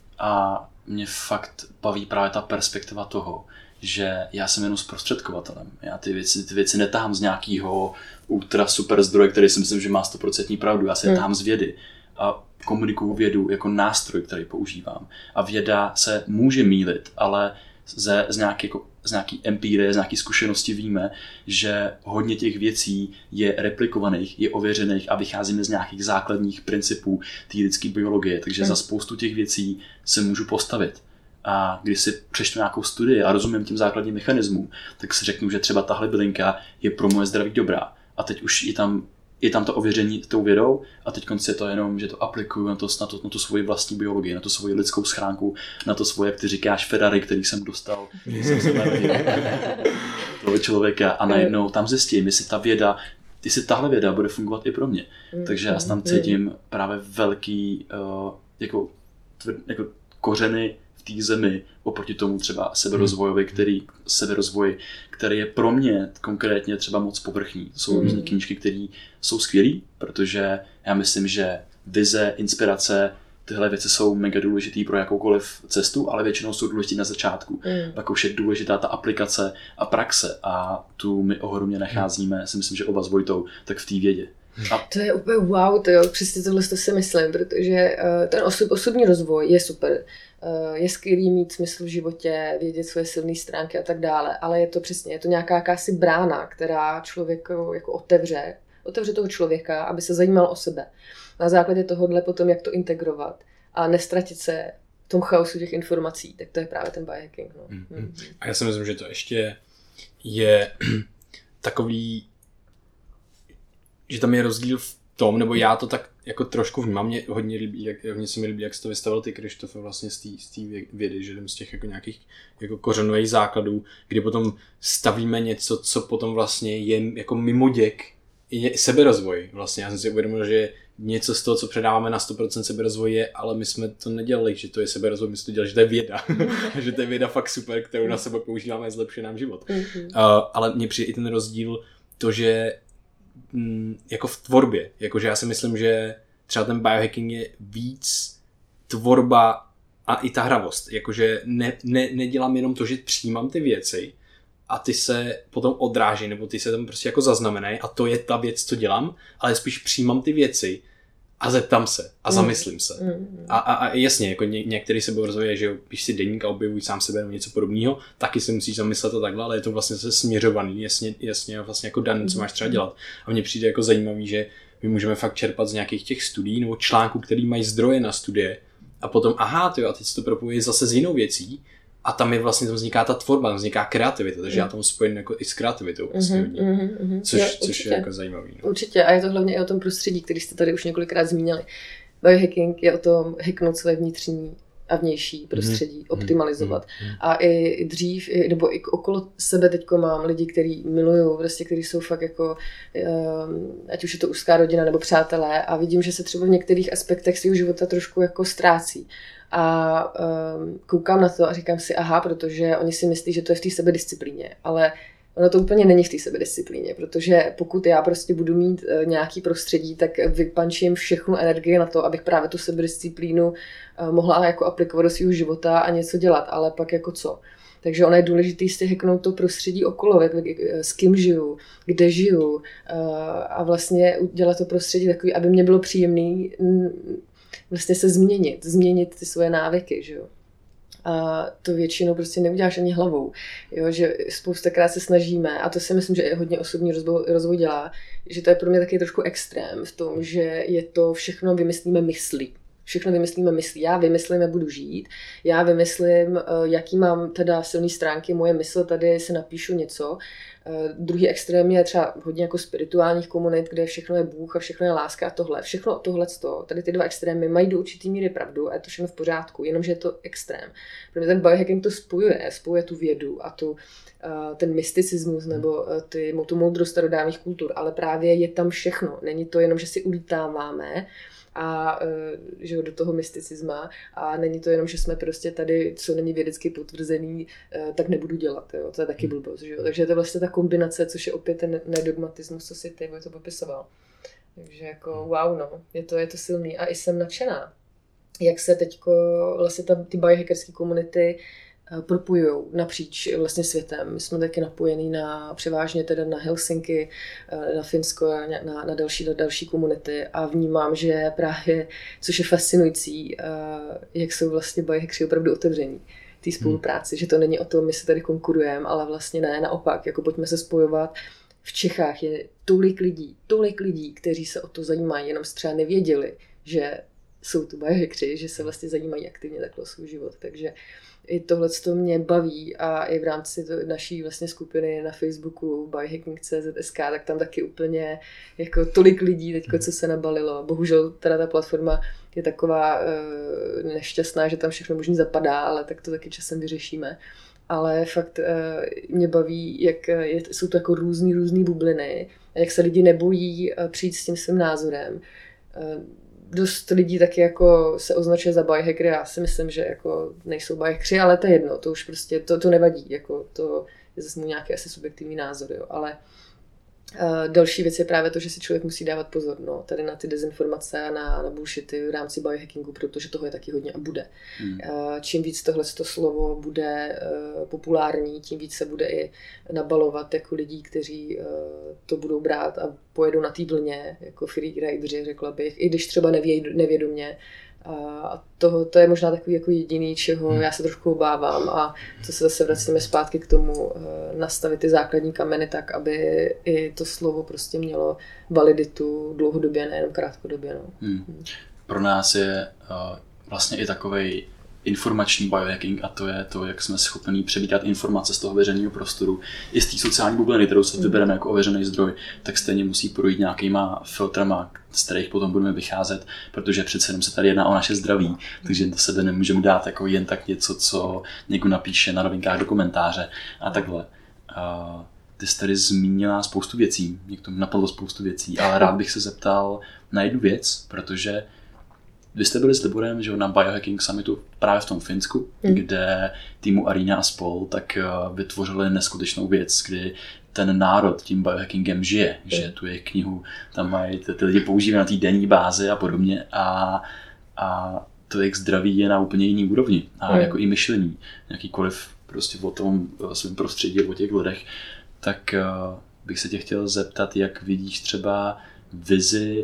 A mě fakt baví právě ta perspektiva toho, že já jsem jenom zprostředkovatelem. Já ty věci, ty věci netahám z nějakého ultra super zdroje, který si myslím, že má sto procent pravdu. Já si je tahám z vědy. A komunikuju vědu jako nástroj, který používám. A věda se může mýlit, ale ze, z, nějaké, jako, z nějaký empírie, z nějaké zkušenosti víme, že hodně těch věcí je replikovaných, je ověřených a vycházíme z nějakých základních principů té lidské biologie. Takže hmm. za spoustu těch věcí se můžu postavit. A když si přečtu nějakou studii a rozumím tím základním mechanismům, tak si řeknu, že třeba tahle bylinka je pro moje zdraví dobrá. A teď už je tam, je tam to ověření tou vědou a teď je to jenom, že to aplikuju na, to, na, to, na tu svoji vlastní biologii, na tu svoji lidskou schránku, na to svoje, jak ty říkáš, Ferrari, který jsem dostal, když jsem se narodil toho člověka a najednou tam zjistím, jestli ta věda, jestli tahle věda bude fungovat i pro mě. Takže já tam cítím právě velký uh, jako, jako kořeny v té zemi oproti tomu třeba seberozvojovi, který, seberozvoj, který je pro mě konkrétně třeba moc povrchní. To jsou různé knížky, které jsou skvělé, protože já myslím, že vize, inspirace, tyhle věci jsou mega důležitý pro jakoukoliv cestu, ale většinou jsou důležitý na začátku. Mm. Pak už je důležitá ta aplikace a praxe a tu my ohromně nacházíme, si myslím, že oba s Vojtou, tak v té vědě. A... To je úplně wow, to jo, přesně tohle to si myslím, protože uh, ten osob, osobní rozvoj je super. Uh, je skvělý mít smysl v životě, vědět svoje silné stránky a tak dále, ale je to přesně, je to nějaká jakási brána, která člověku jako otevře, otevře toho člověka, aby se zajímal o sebe. Na základě tohohle potom, jak to integrovat a nestratit se v tom chaosu těch informací, tak to je právě ten biohacking. No. Mm. Mm. A já si myslím, že to ještě je takový, že tam je rozdíl v tom, nebo já to tak jako trošku vnímám, mě hodně líbí, jak, hodně se mi líbí, jak jsi to vystavil ty, Krištofe, vlastně z té vědy, že jdem z těch jako nějakých jako kořenových základů, kdy potom stavíme něco, co potom vlastně je jako mimoděk, je seberozvoj vlastně. Já jsem si uvědomil, že něco z toho, co předáváme na sto procent seberozvoj je, ale my jsme to nedělali, že to je seberozvoj, my jsme to dělali, že to je věda. Že to je věda fakt super, kterou na sebe používáme a zlepšuje nám život. Mm-hmm. Uh, ale mně přijde i ten rozdíl to, že jako v tvorbě, jakože já si myslím, že třeba ten biohacking je víc tvorba a i ta hravost, jakože ne, ne, nedělám jenom to, že přijímám ty věci a ty se potom odráží, nebo ty se tam prostě jako zaznamenají a to je ta věc, co dělám, ale spíš přijímám ty věci a zeptám se a zamyslím se. Mm. A, a, a jasně, jako ně, některý seberozvoj je, že píš si deník a objevuj sám sebe nebo něco podobného, taky si musíš zamyslet a takhle, ale je to vlastně zase směřovaný, jasně, jasně vlastně jako daný, co máš třeba dělat. A mně přijde jako zajímavý, že my můžeme fakt čerpat z nějakých těch studií nebo článků, který mají zdroje na studie a potom aha, tyjo, a teď se to propojí zase s jinou věcí a tam je vlastně, tam vzniká ta tvorba, tam vzniká kreativita, takže mm. já tomu spojím jako i s kreativitou vlastně hodně, mm-hmm, mm-hmm. Což, jo, což je jako zajímavý. No. Určitě a je to hlavně i o tom prostředí, který jste tady už několikrát zmínili. Biohacking je o tom hacknout své vnitřní a vnější prostředí, mm-hmm. optimalizovat. Mm-hmm. A i dřív, i, nebo i okolo sebe teďko mám lidi, kteří milují, prostě, kteří jsou fakt jako, um, ať už je to úzká rodina nebo přátelé a vidím, že se třeba v některých aspektech svého života trošku jako ztrácí. A um, koukám na to a říkám si, aha, protože oni si myslí, že to je v té sebedisciplíně, ale ono to úplně není v té sebedisciplíně, protože pokud já prostě budu mít uh, nějaký prostředí, tak vypančím všechnu energii na to, abych právě tu sebedisciplínu uh, mohla jako aplikovat do svého života a něco dělat, ale pak jako co. Takže ono je důležité si hacknout to prostředí okolo, jak, s kým žiju, kde žiju uh, a vlastně udělat to prostředí takový, aby mě bylo příjemný vlastně se změnit, změnit ty svoje návyky, že jo. A to většinou prostě neuděláš ani hlavou, jo, že spoustakrát se snažíme, a to si myslím, že i hodně osobní rozvoj, rozvoj dělá, že to je pro mě taky trošku extrém v tom, že je to všechno vymyslíme myslí. Všechno vymyslíme myslí. Já vymyslím, jak budu žít, já vymyslím, jaký mám teda silné stránky, moje mysl, tady si napíšu něco. Druhý extrém je třeba hodně jako spirituálních komunit, kde všechno je Bůh a všechno je láska a tohle. Všechno tohleto, tady ty dva extrémy mají do určitý míry pravdu a je to všechno v pořádku, jenomže je to extrém. Protože ten biohacking to spojuje, spojuje tu vědu a tu, ten mysticismus nebo ty, tu moudrost starodávných kultur, ale právě je tam všechno. Není to jenom, že si ulítáváme a že do toho mysticisma a není to jenom, že jsme prostě tady, co není vědecky potvrzený, tak nebudu dělat, jo? To je taky blbost, že jo? Takže je to vlastně ta kombinace, což je opět ten nedogmatismus, co si ty to popisoval. Takže jako wow, no, je to, je to silný a i jsem nadšená, jak se teďko vlastně ta, ty biohackerské komunity propojujou napříč vlastně světem. My jsme taky napojení na převážně teda na Helsinki, na Finsko, na, na další, na další komunity a vnímám, že právě, což je fascinující, jak jsou vlastně biohackři opravdu otevření té spolupráci, hmm. že to není o tom, my se tady konkurujeme, ale vlastně ne, naopak, jako pojďme se spojovat. V Čechách je tolik lidí, tolik lidí, kteří se o to zajímají, jenom třeba nevěděli, že jsou tu biohackři, že se vlastně zajímají aktivně takhle o svůj život, takže i tohle to mě baví a i v rámci to, naší vlastně skupiny na Facebooku biohacking tečka cé zet es ká, tak tam taky úplně jako tolik lidí teďko, co se nabalilo. Bohužel teda ta platforma je taková e, nešťastná, že tam všechno možný zapadá, ale tak to taky časem vyřešíme. Ale fakt e, mě baví, jak je, jsou to jako různý, různý bubliny a jak se lidi nebojí přijít s tím svým názorem. E, Dost lidí taky jako se označuje za biohackery, já si myslím, že jako nejsou biohackři, ale to je jedno, to už prostě, to, to nevadí, jako to je zase mu nějaký asi subjektivní názor, jo, ale uh, další věc je právě to, že si člověk musí dávat pozor, no, tady na ty dezinformace a na, na bullshity v rámci biohackingu, protože toho je taky hodně a bude. Hmm. Uh, čím víc tohle slovo bude uh, populární, tím víc se bude i nabalovat jako lidí, kteří uh, to budou brát a pojedou na té vlně, jako freerideri, řekla bych, i když třeba nevěd, nevědomě. A to, to je možná takový jako jediný, čeho hmm. já se trošku obávám a to se zase vracíme zpátky k tomu nastavit ty základní kameny tak, aby i to slovo prostě mělo validitu dlouhodobě, nejenom krátkodobě. No. Hmm. Pro nás je uh, vlastně i takovej informační biohacking a to je to, jak jsme schopni přebírat informace z toho veřejného prostoru. I z té sociální bubliny, kterou se vybereme jako ověřený zdroj, tak stejně musí projít nějakýma filtrama, z kterých potom budeme vycházet, protože přece jenom se tady jedná o naše zdraví, takže do sebe nemůžeme dát jako jen tak něco, co někdo napíše na novinkách do komentáře a takhle. Uh, ty jsi tady zmínila spoustu věcí, mě k tomu napadlo spoustu věcí, ale rád bych se zeptal na jednu věc, protože vy jste byli s Liborem, že na Biohacking Summitu právě v tom Finsku, mm. kde týmu Arena a spol tak vytvořili neskutečnou věc, kdy ten národ tím biohackingem žije, mm. že tu jejich knihu tam mají, ty, ty lidi používají na té denní bázi a podobně a, a to jejich zdraví je na úplně jiný úrovni a mm. jako i myšlení, jakýkoliv prostě o tom svém prostředí, o těch lidech, tak uh, bych se tě chtěl zeptat, jak vidíš třeba vizi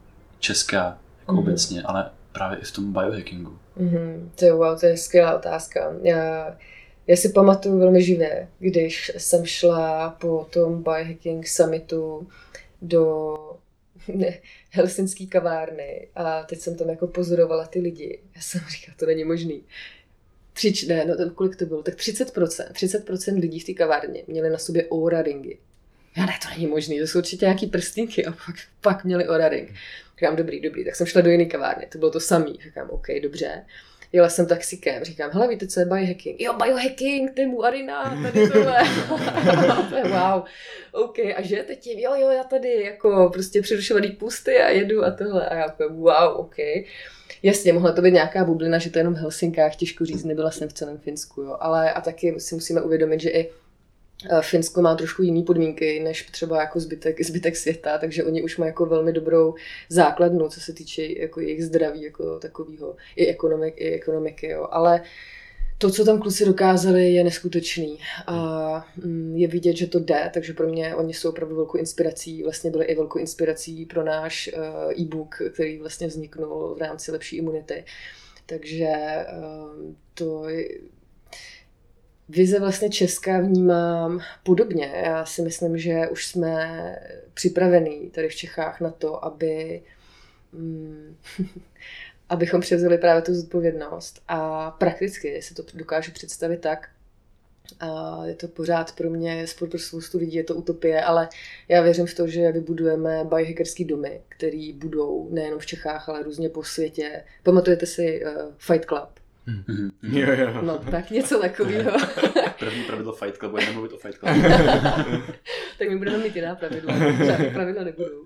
Česka jako mm. obecně, ale právě i v tom biohackingu. Mm-hmm. To je, wow, to je skvělá otázka. Já, já si pamatuju velmi živě, když jsem šla po tom Biohacking Summitu do ne, helsinský kavárny a teď jsem tam jako pozorovala ty lidi. Já jsem říkala, to není možný. Tři, ne, no kolik to bylo, tak třicet procent, třicet procent lidí v té kavárně měli na sobě Oura ringy. Já ne, to není možný, to jsou určitě nějaký prstínky a pak, pak měli Oura ring. Říkám, dobrý, dobrý, tak jsem šla do jiné kavárny, to bylo to samý. Říkám, OK, dobře. Jela jsem taxikem, říkám, hele, víte, co je biohacking? Jo, biohacking, to je mu Arina, tady tohle. Wow, OK, a žijete tím? Jo, jo, já tady jako prostě přerušovaný pusty a jedu a tohle. A já jako, wow, OK. Jasně, mohla to být nějaká bublina, že to je jenom v Helsinkách, těžko říct, nebyla jsem v celém Finsku, jo. Ale a taky si musíme uvědomit, že i Finsko má trošku jiný podmínky než třeba jako zbytek, zbytek světa, takže oni už mají jako velmi dobrou základnu, co se týče jako jejich zdraví jako takového, i, ekonomik, i ekonomiky. Jo. Ale to, co tam kluci dokázali, je neskutečný a je vidět, že to jde, takže pro mě oni jsou opravdu velkou inspirací, vlastně byly i velkou inspirací pro náš uh, e-book, který vlastně vzniknul v rámci lepší imunity. Takže uh, to je... Vize vlastně česká vnímám podobně. Já si myslím, že už jsme připravení tady v Čechách na to, aby, mm, abychom převzali právě tu zodpovědnost. A prakticky si to dokážu představit tak, a je to pořád pro mě, pro spoustu lidí je to utopie, ale já věřím v to, že vybudujeme biohackerský domy, které budou nejenom v Čechách, ale různě po světě. Pamatujete si uh, Fight Club? Mm-hmm. Jo, jo. No, tak něco takového. První pravidlo Fight Clubu je nemluvit o Fight Clubu. Tak my budeme mít jiná pravidla. Žádné pravidla nebudou.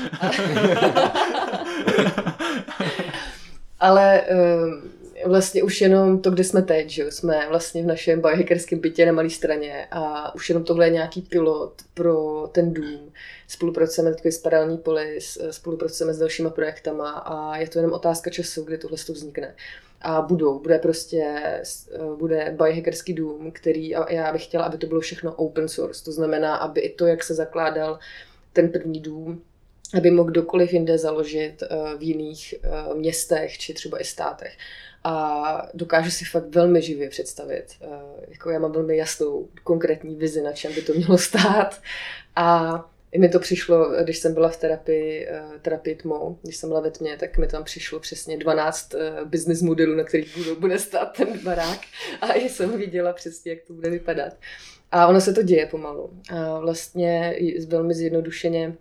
Ale um, vlastně už jenom to, kde jsme teď, že jsme vlastně v našem biohackerském bytě na malé straně a už jenom tohle je nějaký pilot pro ten dům. Spolupracujeme teď s Paralelní polis, spolupracujeme s dalšíma projektama a je to jenom otázka času, kdy tohle vznikne. A budou, bude prostě, bude biohackerský dům, který, a já bych chtěla, aby to bylo všechno open source, to znamená, aby i to, jak se zakládal ten první dům, aby mohl kdokoliv jinde založit v jiných městech, či třeba i státech. A dokážu si fakt velmi živě představit, jako já mám velmi jasnou konkrétní vizi, na čem by to mělo stát. A mi to přišlo, když jsem byla v terapii, terapii tmou, když jsem byla ve tmě, tak mi tam přišlo přesně dvanáct business modelů, na kterých bude stát ten barák a jsem viděla přesně, jak to bude vypadat. A ono se to děje pomalu. A vlastně velmi zjednodušeně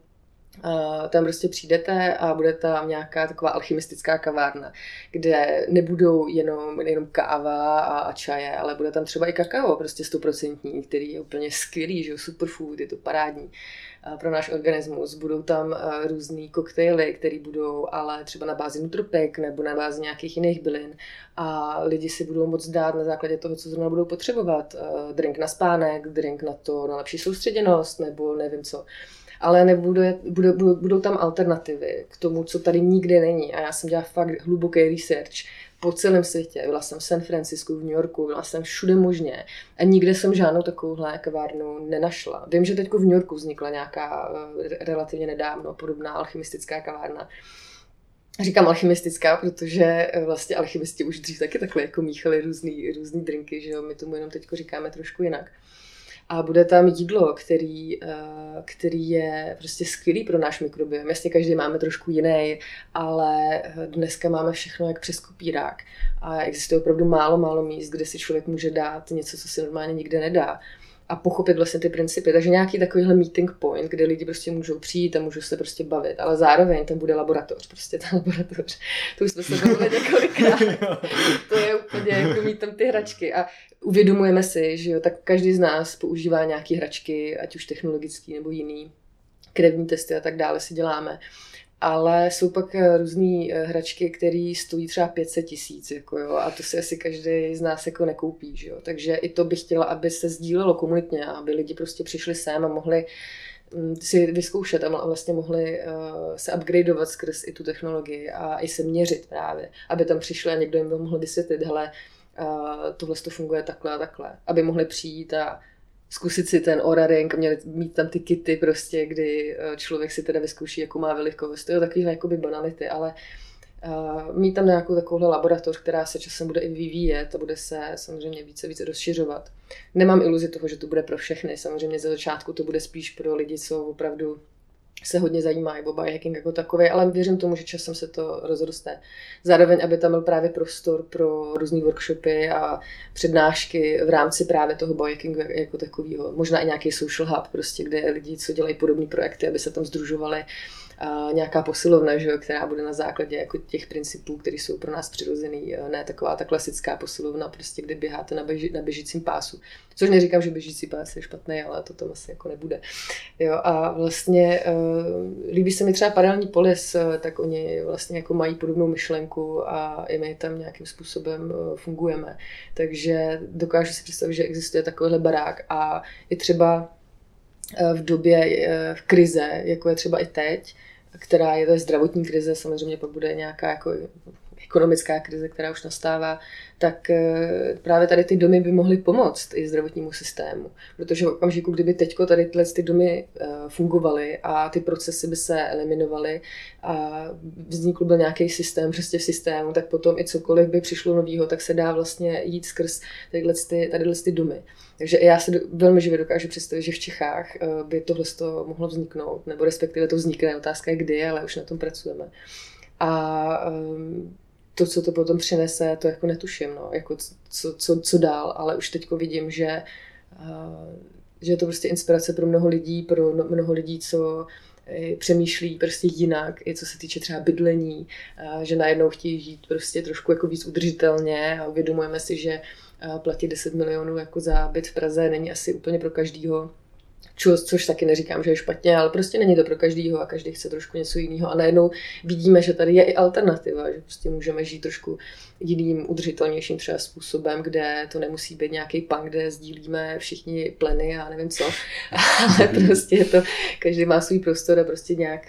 Uh, tam prostě přijdete a bude tam nějaká taková alchymistická kavárna, kde nebudou jenom, jenom káva a, a čaje, ale bude tam třeba i kakao, prostě stoprocentní, který je úplně skvělý, že superfood, je to parádní uh, pro náš organismus. Budou tam uh, různý koktejly, které budou ale třeba na bázi nutropek nebo na bázi nějakých jiných bylin a lidi si budou moct dát na základě toho, co zrovna budou potřebovat. Uh, drink na spánek, drink na to, na lepší soustředěnost nebo nevím co. Ale nebude, budou, budou, budou tam alternativy k tomu, co tady nikde není. A já jsem dělala fakt hluboký research po celém světě. Byla jsem v San Francisku, v New Yorku, byla jsem všude možně. A nikde jsem žádnou takovouhle kavárnu nenašla. Vím, že teď v New Yorku vznikla nějaká relativně nedávno podobná alchymistická kavárna. Říkám alchymistická, protože vlastně alchymisti už dřív taky takhle jako míchali různý, různý drinky, že jo? My tomu jenom teď říkáme trošku jinak. A bude tam jídlo, který, který je prostě skvělý pro náš mikrobiom. Jasně, každý máme trošku jiný, ale dneska máme všechno jak přes kopírák. A existuje opravdu málo, málo míst, kde si člověk může dát něco, co si normálně nikde nedá. A pochopit vlastně ty principy. Takže nějaký takovýhle meeting point, kde lidi prostě můžou přijít a můžou se prostě bavit. Ale zároveň tam bude laboratoř, prostě ta laboratoř. To už jsme se bavili několikrát. To je úplně jako mít tam ty hračky. A uvědomujeme si, že jo, tak každý z nás používá nějaké hračky, ať už technologický nebo jiný. Krevní testy a tak dále si děláme. Ale jsou pak různý hračky, které stojí třeba pět set tisíc, jako jo, a to si asi každý z nás jako nekoupí, že jo. Takže i to bych chtěla, aby se sdílelo komunitně, aby lidi prostě přišli sem a mohli si vyzkoušet a vlastně mohli uh, se upgradeovat skrz i tu technologii a i se měřit právě, aby tam přišli a někdo jim to mohl vysvětlit, hele, uh, tohle to funguje takhle a takhle, aby mohli přijít a zkusit si ten Oura ring, měli mít tam ty kity prostě, kdy člověk si teda vyzkouší, jakou má velikost. To je takovýhle jakoby banality, ale uh, mít tam nějakou takovouhle laboratoř, která se časem bude i vyvíjet a bude se samozřejmě více více rozšiřovat. Nemám iluzi toho, že to bude pro všechny. Samozřejmě ze začátku to bude spíš pro lidi, co opravdu se hodně zajímají o biohacking jako takový, ale věřím tomu, že časem se to rozroste. Zároveň, aby tam byl právě prostor pro různé workshopy a přednášky v rámci právě toho biohackingu jako takového. Možná i nějaký social hub, prostě, kde lidi, co dělají podobné projekty, aby se tam sdružovali. A nějaká posilovna, že jo, která bude na základě jako těch principů, které jsou pro nás přirozený, ne taková ta klasická posilovna, prostě, kde běháte na, běži, na běžícím pásu. Což neříkám, že běžící pás je špatný, ale to tam asi jako nebude. Jo, a vlastně uh, líbí se mi třeba Paralelní polis, uh, tak oni vlastně jako mají podobnou myšlenku a i my tam nějakým způsobem uh, fungujeme. Takže dokážu si představit, že existuje takovýhle barák a je třeba v době v krize, jako je třeba i teď, která je to zdravotní krize, samozřejmě pak bude nějaká jako ekonomická krize, která už nastává, tak právě tady ty domy by mohly pomoct i zdravotnímu systému. Protože v okamžiku, kdyby teďko tady tyhle ty domy fungovaly a ty procesy by se eliminovaly a vznikl byl nějaký systém prostě v systému, tak potom i cokoliv by přišlo novýho, tak se dá vlastně jít skrz tadyhle ty, tadyhle ty domy. Takže já se do, velmi živě dokážu představit, že v Čechách by tohle mohlo vzniknout, nebo respektive to vznikne, otázka je kdy, ale už na tom pracujeme. A um, to, co to potom přinese, to jako netuším, no, jako co, co, co dál, ale už teďko vidím, že, uh, že je to prostě inspirace pro mnoho lidí, pro no, mnoho lidí, co přemýšlí prostě jinak, i co se týče třeba bydlení, uh, že najednou chtějí žít prostě trošku jako víc udržitelně a uvědomujeme si, že platit deset milionů jako za byt v Praze není asi úplně pro každýho, čo, což taky neříkám, že je špatně, ale prostě není to pro každýho a každý chce trošku něco jiného a najednou vidíme, že tady je i alternativa, že prostě můžeme žít trošku jiným, udržitelnějším třeba způsobem, kde to nemusí být nějaký punk, kde sdílíme všichni pleny a nevím co, ale prostě je to, každý má svůj prostor a prostě nějak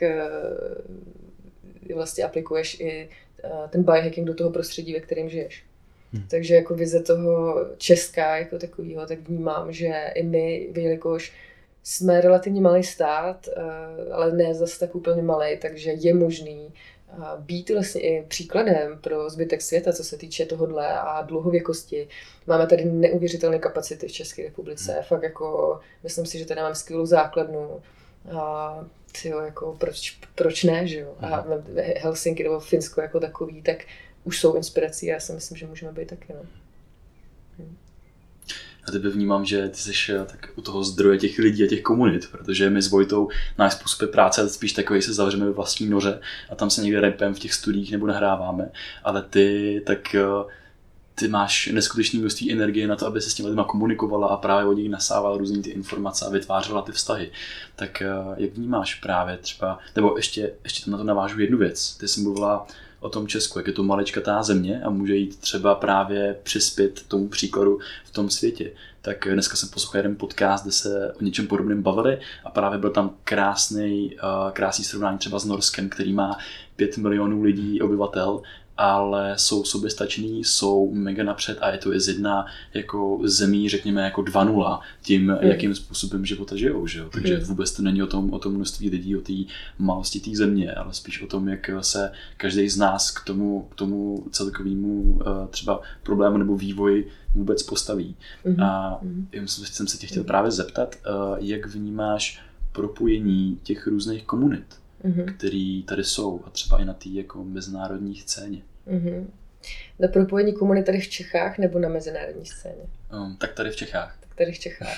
vlastně aplikuješ i ten biohacking do toho prostředí, ve kterém žiješ. Hmm. Takže jako vize toho Česka jako takového, tak vnímám, že i my, jelikož jsme relativně malý stát, ale ne zase tak úplně malý, takže je možný být vlastně i příkladem pro zbytek světa, co se týče tohodle a dlouhověkosti. Máme tady neuvěřitelné kapacity v České republice. Hmm. Fakt jako, myslím si, že tady máme skvělou základnu. A tyjo, jako proč, proč ne, že jo? A Helsinki nebo Finsko jako takový, tak už jsou inspirací a já si myslím, že můžeme být taky. No. Hmm. Já tebe vnímám, že ty jsi tak u toho zdroje těch lidí a těch komunit, protože my s Vojtou náš způsob práce je spíš takový, se zavřeme ve vlastní noře a tam se někde repem v těch studiích nebo nahráváme, ale ty tak ty máš neskutečné množství energie na to, aby se s těmi lidmi komunikovala a právě od nich nasávala různé ty informace a vytvářela ty vztahy. Tak jak vnímáš právě třeba, nebo ještě, ještě tam na to navážu jednu věc. Ty jsi mluvila o tom Česku, jak je to maličkatá země a může jít třeba právě přispět tomu příkladu v tom světě. Tak dneska jsem poslouchal jeden podcast, kde se o něčem podobném bavili a právě byl tam krásný, krásný srovnání třeba s Norskem, který má pět milionů lidí, obyvatel, ale jsou soběstační, jsou mega napřed a je to je z jedna jako zemí, řekněme jako dva nula tím, mm. jakým způsobem života žijou, že jo? Takže mm. vůbec to není o tom, o tom množství lidí, o té malosti té země, ale spíš o tom, jak se každý z nás k tomu, k tomu celkovému třeba problému nebo vývoji vůbec postaví. Mm. A já jsem se tě chtěl právě zeptat, jak vnímáš propojení těch různých komunit, mm-hmm. který tady jsou a třeba i na té jako mezinárodní scéně. Mm-hmm. Na propojení komunit tady v Čechách nebo na mezinárodní scéně? Um, tak tady v Čechách. Tak tady v Čechách.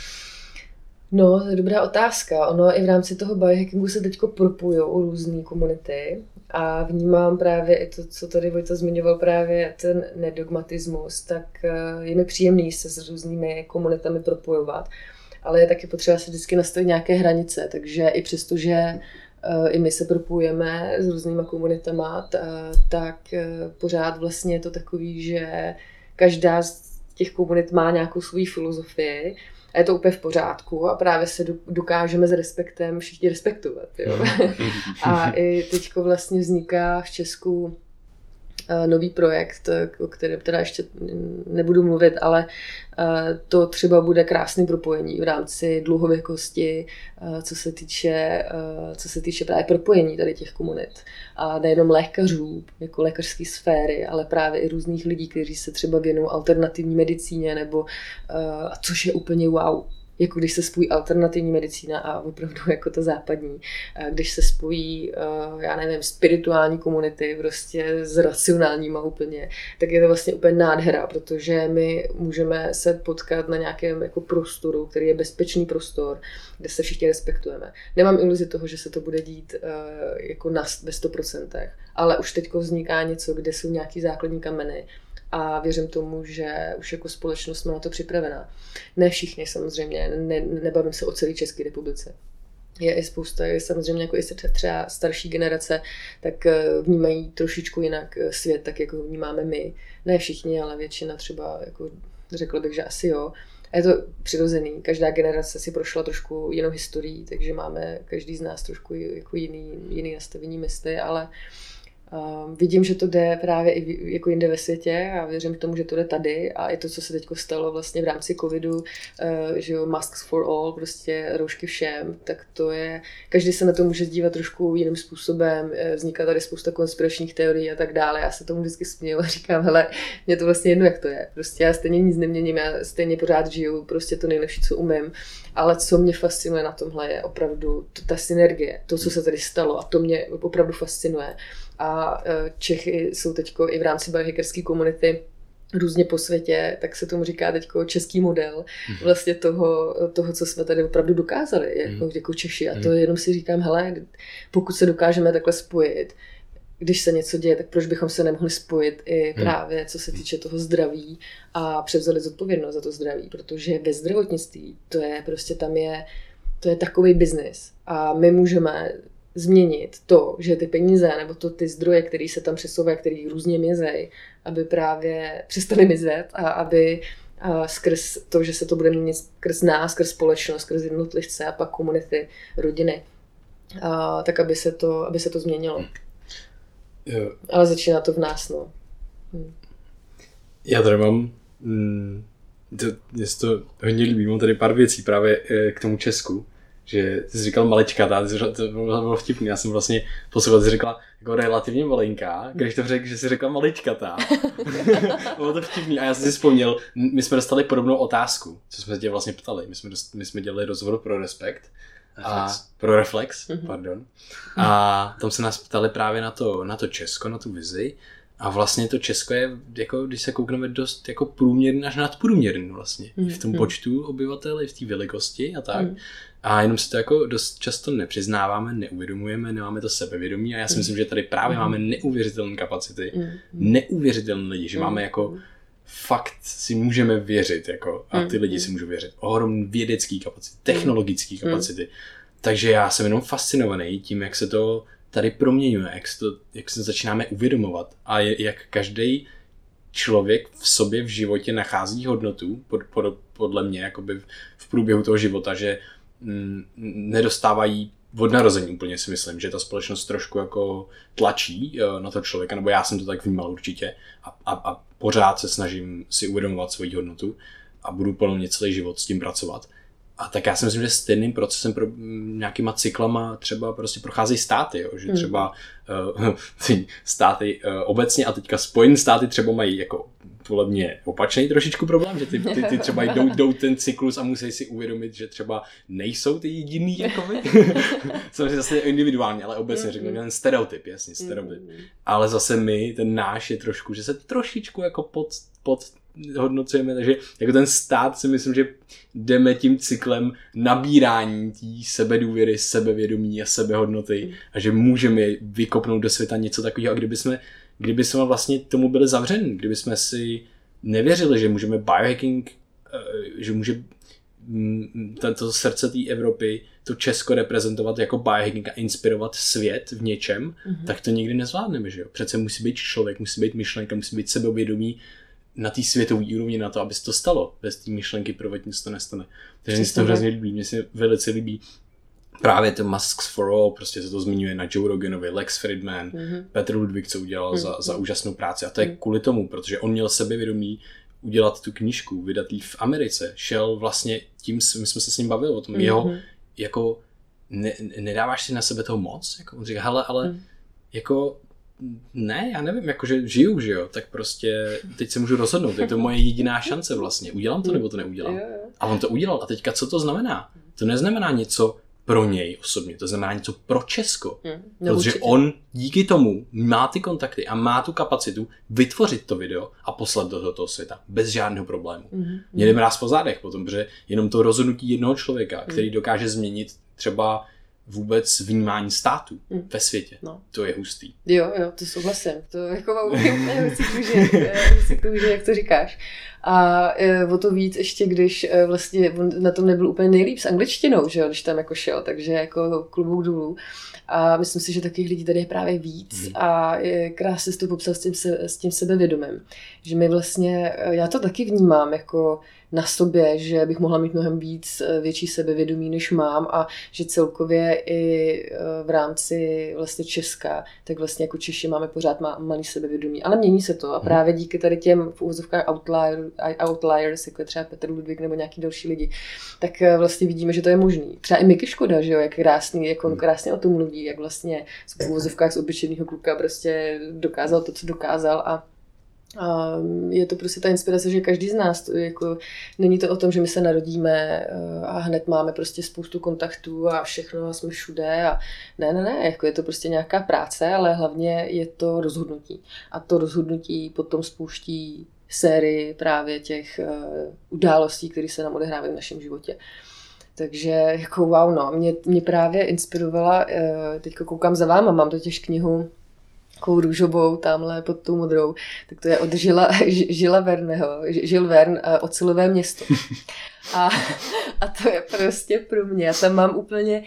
No, to je dobrá otázka. Ono i v rámci toho biohackingu se teďko propojou různé komunity a vnímám právě i to, co tady Vojta zmiňoval, právě ten nedogmatismus, tak je mi příjemný se s různými komunitami propojovat, ale je taky potřeba si vždycky nastavit nějaké hranice, takže i přesto, že i my se propojujeme s různýma komunitama, tak pořád vlastně je to takový, že každá z těch komunit má nějakou svou filozofii a je to úplně v pořádku a právě se dokážeme s respektem všichni respektovat. Jo? A i teďko vlastně vzniká v Česku nový projekt, o kterém teda ještě nebudu mluvit, ale to třeba bude krásný propojení v rámci dlouhověkosti, co se týče, co se týče právě propojení tady těch komunit. A nejenom lékařů, jako lékařské sféry, ale právě i různých lidí, kteří se třeba věnují alternativní medicíně, nebo což je úplně wow. jako když se spojí alternativní medicína a opravdu jako ta západní, když se spojí, já nevím, spirituální komunity prostě s racionálníma úplně, tak je to vlastně úplně nádhera, protože my můžeme se potkat na nějakém jako prostoru, který je bezpečný prostor, kde se všichni respektujeme. Nemám iluzi toho, že se to bude dít jako na ve sto procent, ale už teďko vzniká něco, kde jsou nějaký základní kameny, a věřím tomu, že už jako společnost jsme na to připravená. Ne všichni samozřejmě, ne, nebavím se o celé České republice. Je i spousta, je samozřejmě jako i třeba starší generace, tak vnímají trošičku jinak svět, tak jako ho vnímáme my. Ne všichni, ale většina třeba, jako řekla bych, že asi jo. A je to přirozený. Každá generace si prošla trošku jinou historií, takže máme každý z nás trošku jako jiný, jiný nastavení mysli, ale Uh, vidím, že to jde právě i jako jinde ve světě a věřím k tomu, že to jde tady a i to, co se teď stalo vlastně v rámci covidu, uh, že jo, masks for all, prostě roušky všem, tak to je, každý se na to může dívat trošku jiným způsobem, vzniká tady spousta konspiračních teorií a tak dále, já se tomu vždycky směju a říkám, hele, mě to vlastně jedno, jak to je, prostě já stejně nic neměním, já stejně pořád žiju, prostě to nejlepší, co umím, ale co mě fascinuje na tomhle je opravdu ta synergie, to, co se tady stalo a to mě opravdu fascinuje. A Čechy jsou teďko i v rámci biohackerské komunity různě po světě, tak se tomu říká teďko český model vlastně toho, toho, co jsme tady opravdu dokázali jako, jako Češi. A to jenom si říkám, hele, pokud se dokážeme takhle spojit, když se něco děje, tak proč bychom se nemohli spojit i právě co se týče toho zdraví a převzali zodpovědnost za to zdraví, protože ve zdravotnictví to je prostě tam je, to je takový biznis a my můžeme změnit to, že ty peníze nebo to ty zdroje, které se tam přesouvají, které různě mizejí, aby právě přestaly mizet a aby a skrz to, že se to bude měnit skrz nás, skrz společnost, skrz jednotlivce a pak komunity, rodiny, a tak aby se to, aby se to změnilo. Jo. Ale začíná to v nás, no. Hm. Já tady mám, mm, to, mě se to hodně líbí, mám tady pár věcí právě k tomu Česku. Že ty jsi říkal maličkatá, to bylo vtipný, já jsem vlastně poslouchal, ty jsi řekla jako relativně malinká, když to řekl, že jsi řekla maličkatá. Bylo to vtipný a já jsem si vzpomněl, my jsme dostali podobnou otázku, co jsme tě vlastně ptali, my jsme, dost, my jsme dělali rozhovor pro Respekt, a Reflex. pro Reflex, mm-hmm. pardon, a tam se nás ptali právě na to, na to Česko, na tu vizi. A vlastně to Česko je, jako, když se koukneme, dost jako průměrný až nadprůměrný vlastně. Mm, v tom mm. počtu obyvatel, v té velikosti a tak. Mm. A jenom si to jako dost často nepřiznáváme, neuvědomujeme, nemáme to sebevědomí a já si mm. myslím, že tady právě mm. máme neuvěřitelné kapacity, mm. neuvěřitelné lidi, že mm. máme jako fakt si můžeme věřit jako, a ty lidi si můžou věřit. Ohromný vědecký kapacity, technologický kapacity. Mm. Takže já jsem jenom fascinovaný tím, jak se to tady proměňuje, jak se, to, jak se začínáme uvědomovat a je, jak každý člověk v sobě v životě nachází hodnotu, pod, pod, podle mě, jakoby v průběhu toho života, že mm, nedostávají od narození úplně si myslím, že ta společnost trošku jako tlačí na to člověka, nebo já jsem to tak vnímal určitě a, a, a pořád se snažím si uvědomovat svoji hodnotu a budu podle mě celý život s tím pracovat. A tak já si myslím, že stejným procesem pro nějakýma cyklama třeba prostě procházejí státy, jo? Že třeba uh, ty státy uh, obecně a teďka Spojené státy třeba mají jako podle mě opačný trošičku problém, že ty, ty, ty třeba jdou, jdou ten cyklus a musí si uvědomit, že třeba nejsou ty jediný jakoby. Samozřejmě zase individuálně, ale obecně řeknu, ten stereotyp, jasně, stereotyp. Ale zase my, ten náš je trošku, že se trošičku jako pod, pod hodnocujeme, takže jako ten stát si myslím, že jdeme tím cyklem nabírání té sebedůvěry, sebevědomí a sebehodnoty a že můžeme vykopnout do světa něco takového a kdyby jsme, kdyby jsme vlastně tomu byli zavření, kdyby jsme si nevěřili, že můžeme biohacking, že může to srdce té Evropy, to Česko reprezentovat jako biohacking a inspirovat svět v něčem, mm-hmm. tak to nikdy nezvládneme, že jo? Přece musí být člověk, musí být myšlenka, musí být sebevědomí na té světové úrovni na to, aby se to stalo. Bez té myšlenky prvotně se to nestane. Takže mi se to hrozně líbí. Mně se velice líbí právě ten Masks for All, prostě se to zmiňuje na Joe Roganovi, Lex Fridman, mm-hmm. Petr Ludwig, co udělal mm-hmm. za, za úžasnou práci. A to je kvůli tomu, protože on měl sebevědomí udělat tu knížku, vydat ji v Americe. Šel vlastně tím, my jsme se s ním bavili o tom, mm-hmm. jeho, jako, ne, nedáváš si na sebe toho moc? Jako on říká, hele, ale mm. jako ne, já nevím, jakože žiju, že jo, tak prostě teď se můžu rozhodnout, je to moje jediná šance vlastně, udělám to nebo to neudělám. A on to udělal a teďka co to znamená? To neznamená něco pro něj osobně, to znamená něco pro Česko, hmm, no protože určitě. On díky tomu má ty kontakty a má tu kapacitu vytvořit to video a poslat do toho světa bez žádného problému. Hmm. Mě jdeme ráz po zádech potom, protože jenom to rozhodnutí jednoho člověka, hmm. který dokáže změnit třeba vůbec vnímání státu mm. ve světě. No. To je hustý. Jo, jo, to souhlasím. To jako mám úplně hustý kůže, jak to říkáš. A e, o to víc ještě, když e, vlastně on na tom nebyl úplně nejlíp s angličtinou, že jo, když tam jako šel, takže jako klobouk dolů. A myslím si, že takových lidí tady je právě víc mm. a je krásně jsi to popsal s tím, se, s tím sebevědomím. Že my vlastně, já to taky vnímám jako na sobě, že bych mohla mít mnohem víc větší sebevědomí, než mám a že celkově i v rámci vlastně Česka, tak vlastně jako Češi máme pořád malý sebevědomí. Ale mění se to a právě díky tady těm v úvozovkách outlier, outliers, jako třeba Petr Ludvík nebo nějaký další lidi, tak vlastně vidíme, že to je možný. Třeba i Miky Škoda, že jo, jak krásný, jak on krásně o tom mluví, jak vlastně v úvozovkách z obyčejného kluka prostě dokázal to, co dokázal a A je to prostě ta inspirace, že každý z nás, to jako, není to o tom, že my se narodíme a hned máme prostě spoustu kontaktů a všechno a jsme všude a ne, ne, ne, jako je to prostě nějaká práce, ale hlavně je to rozhodnutí. A to rozhodnutí potom spouští sérii právě těch uh, událostí, které se nám odehrávají v našem životě. Takže jako wow, no, mě, mě právě inspirovala, uh, teďka koukám za váma, mám totiž knihu takovou růžovou, tamhle pod tou modrou, tak to je od Žila, Žila Verneho, Žil Verne, Ocelové město. A, a to je prostě pro mě. Já tam mám úplně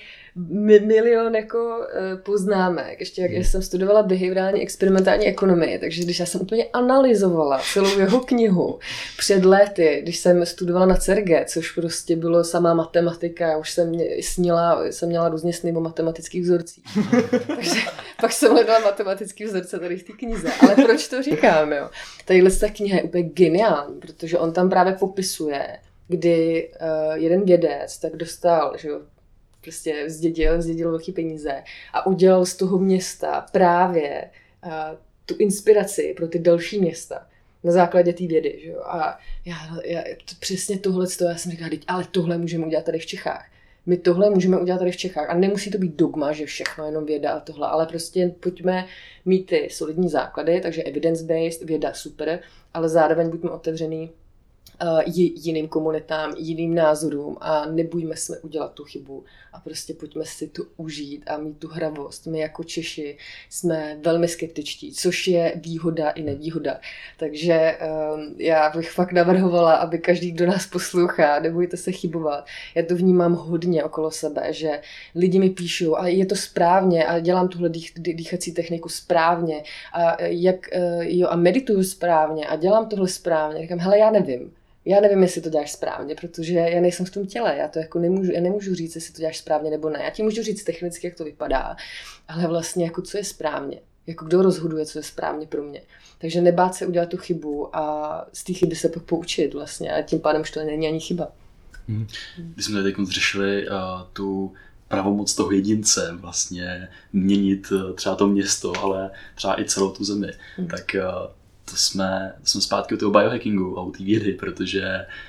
milion jako poznámek. Ještě jak jsem studovala behaviorální experimentální ekonomii, takže když já jsem úplně analyzovala celou jeho knihu před léty, když jsem studovala na CERGE, což prostě bylo samá matematika, já už jsem snila, jsem měla různě sny o matematických vzorcích. Takže pak jsem hledala matematický vzorce tady v té knize. Ale proč to říkám, jo? Tadyhle ta kniha je úplně geniální, protože on tam právě popisuje, kdy uh, jeden vědec tak dostal, že jo, prostě zdědil, zdědil velké peníze a udělal z toho města právě uh, tu inspiraci pro ty další města na základě té vědy, že jo. A já, já to, přesně tohle, já jsem říkala, ale tohle můžeme udělat tady v Čechách. My tohle můžeme udělat tady v Čechách. A nemusí to být dogma, že všechno jenom věda a tohle, ale prostě pojďme mít ty solidní základy, takže evidence-based, věda super, ale zároveň buďme otevřený Uh, jiným komunitám, jiným názorům a nebojme se udělat tu chybu a prostě pojďme si to užít a mít tu hravost. My jako Češi jsme velmi skeptičtí, což je výhoda i nevýhoda. Takže um, já bych fakt navrhovala, aby každý, kdo nás poslouchá, nebojte se chybovat. Já to vnímám hodně okolo sebe, že lidi mi píšou, a je to správně a dělám tuhle dých, dýchací techniku správně a jak jo a medituju správně a dělám tohle správně. Říkám, hele, já nevím. Já nevím, jestli to děláš správně, protože já nejsem v tom těle, já to jako nemůžu, já nemůžu říct, jestli to děláš správně nebo ne. Já ti můžu říct technicky, jak to vypadá, ale vlastně jako co je správně, jako kdo rozhoduje, co je správně pro mě. Takže nebát se udělat tu chybu a z té chyby se pak poučit vlastně a tím pádem už to není ani chyba. Hmm. Když jsme teď řešili uh, tu pravomoc toho jedince vlastně měnit uh, třeba to město, ale třeba i celou tu zemi, hmm. tak uh, To jsme, to jsme zpátky u toho biohackingu a u té vědy, protože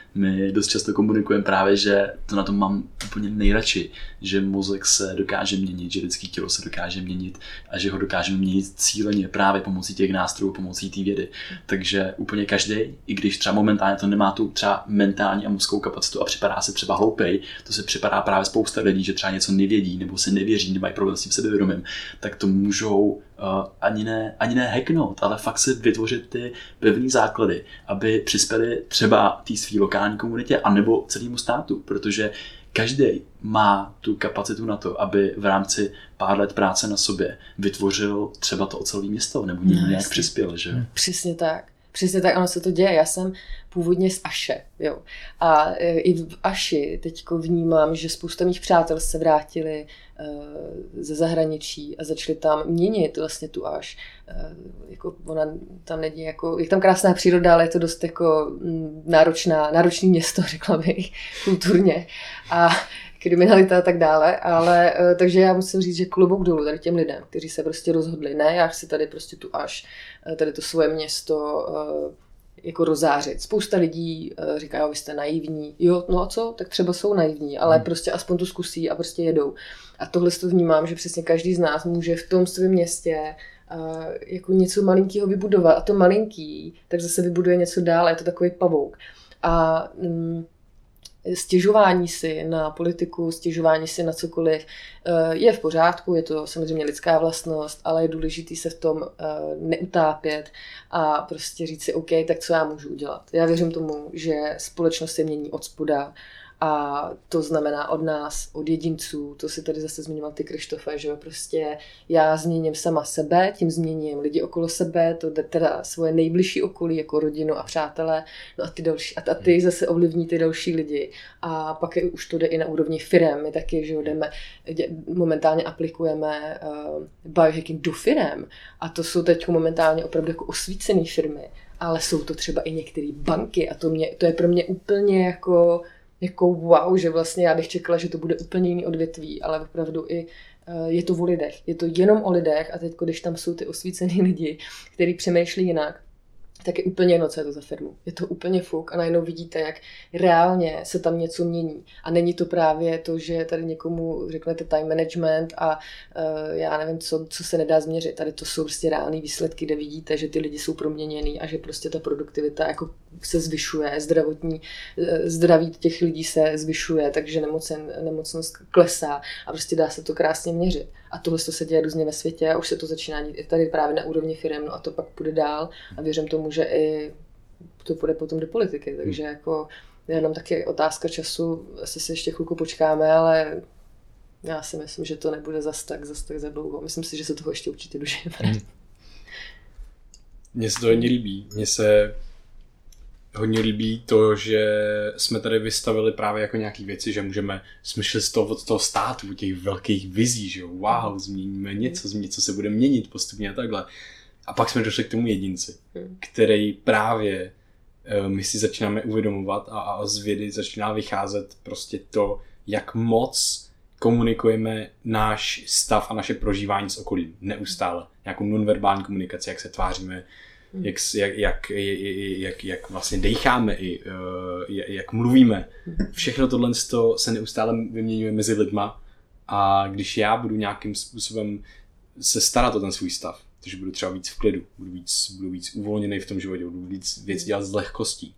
my dost často komunikujeme právě, že to na tom mám úplně nejradši, že mozek se dokáže měnit, že lidské tělo se dokáže měnit a že ho dokážeme měnit cíleně právě pomocí těch nástrojů, pomocí té vědy. Takže úplně každý, i když třeba momentálně to nemá tu třeba mentální a mozkovou kapacitu a připadá se třeba hloupej, to se připadá právě spousta lidí, že třeba něco nevědí nebo si nevěří, nemají problém s tím sebevědomím, tak to můžou Uh, ani ne, ani ne hacknout, ale fakt si vytvořit ty pevný základy, aby přispěli třeba té své lokální komunitě anebo celému státu, protože každý má tu kapacitu na to, aby v rámci pár let práce na sobě vytvořil třeba to ocelové město nebo no, nějak přispěl, že? Přesně tak. Přesně tak, ono se to děje. Já jsem původně z Aše, jo. A i v Aši teďko vnímám, že spousta mých přátel se vrátili uh, ze zahraničí a začali tam měnit vlastně tu Aš. Uh, jako ona tam není jako, je tam krásná příroda, ale je to dost jako náročná, náročné město, řekla bych, kulturně. A kriminalita a tak dále, ale takže já musím říct, že klobouk dolů tady těm lidem, kteří se prostě rozhodli, ne, já chci tady prostě tu až, tady to svoje město jako rozářit. Spousta lidí říká, jo, vy jste naivní, jo, no a co, tak třeba jsou naivní, ale hmm. prostě aspoň to zkusí a prostě jedou. A tohle to vnímám, že přesně každý z nás může v tom svém městě uh, jako něco malinkého vybudovat a to malinký, tak zase vybuduje něco dál, je to takový pavouk. A um, stěžování si na politiku, stěžování si na cokoliv je v pořádku, je to samozřejmě lidská vlastnost, ale je důležitý se v tom neutápět a prostě říct si, OK, tak co já můžu udělat. Já věřím tomu, že společnost se mění od spoda a to znamená od nás, od jedinců, to si tady zase zmiňoval ty, Krištofe, že jo, prostě já změním sama sebe, tím změním lidi okolo sebe, to teda svoje nejbližší okolí, jako rodinu a přátelé, no a ty další, a ty zase ovlivní ty další lidi. A pak je, už to jde i na úrovni firem, my taky, že jo, jdeme, momentálně aplikujeme uh, biohacking do firem a to jsou teď momentálně opravdu jako osvícené firmy, ale jsou to třeba i některé banky a to, mě, to je pro mě úplně jako jako wow, že vlastně já bych čekala, že to bude úplně jiný odvětví, ale opravdu i je to o lidech. Je to jenom o lidech a teď, když tam jsou ty osvícený lidi, kteří přemýšlí jinak, tak je úplně jedno, co je to za firmu. Je to úplně fuk a najednou vidíte, jak reálně se tam něco mění. A není to právě to, že tady někomu řeknete time management a uh, já nevím, co, co se nedá změřit. Tady to jsou prostě reálné výsledky, kde vidíte, že ty lidi jsou proměněný a že prostě ta produktivita jako se zvyšuje, zdravotní, zdraví těch lidí se zvyšuje, takže nemocen, nemocnost klesá a prostě dá se to krásně měřit. A tohle se děje různě ve světě a už se to začíná dít tady právě na úrovni firem, no a to pak půjde dál a věřím tomu, že i to půjde potom do politiky, takže jako jenom taky otázka času, asi si ještě chvilku počkáme, ale já si myslím, že to nebude zas tak, zas tak za dlouho. Myslím si, že se toho ještě určitě dožijeme. Mně se to hodně líbí. Mně se hodně líbí to, že jsme tady vystavili právě jako nějaký věci, že můžeme smyšlet z toho, od toho státu, těch velkých vizí, že jo, wow, změníme něco, něco se bude měnit postupně a takhle. A pak jsme došli k tomu jedinci, který právě my si začínáme uvědomovat a, a z vědy začíná vycházet prostě to, jak moc komunikujeme náš stav a naše prožívání s okolím neustále. Nějakou nonverbální komunikaci, jak se tváříme, jak, jak, jak, jak, jak vlastně dejcháme i jak, jak mluvíme. Všechno tohle se neustále vyměňuje mezi lidma a když já budu nějakým způsobem se starat o ten svůj stav, takže budu třeba víc v klidu, budu víc, budu víc uvolněný v tom životě, budu víc věc dělat s lehkostí,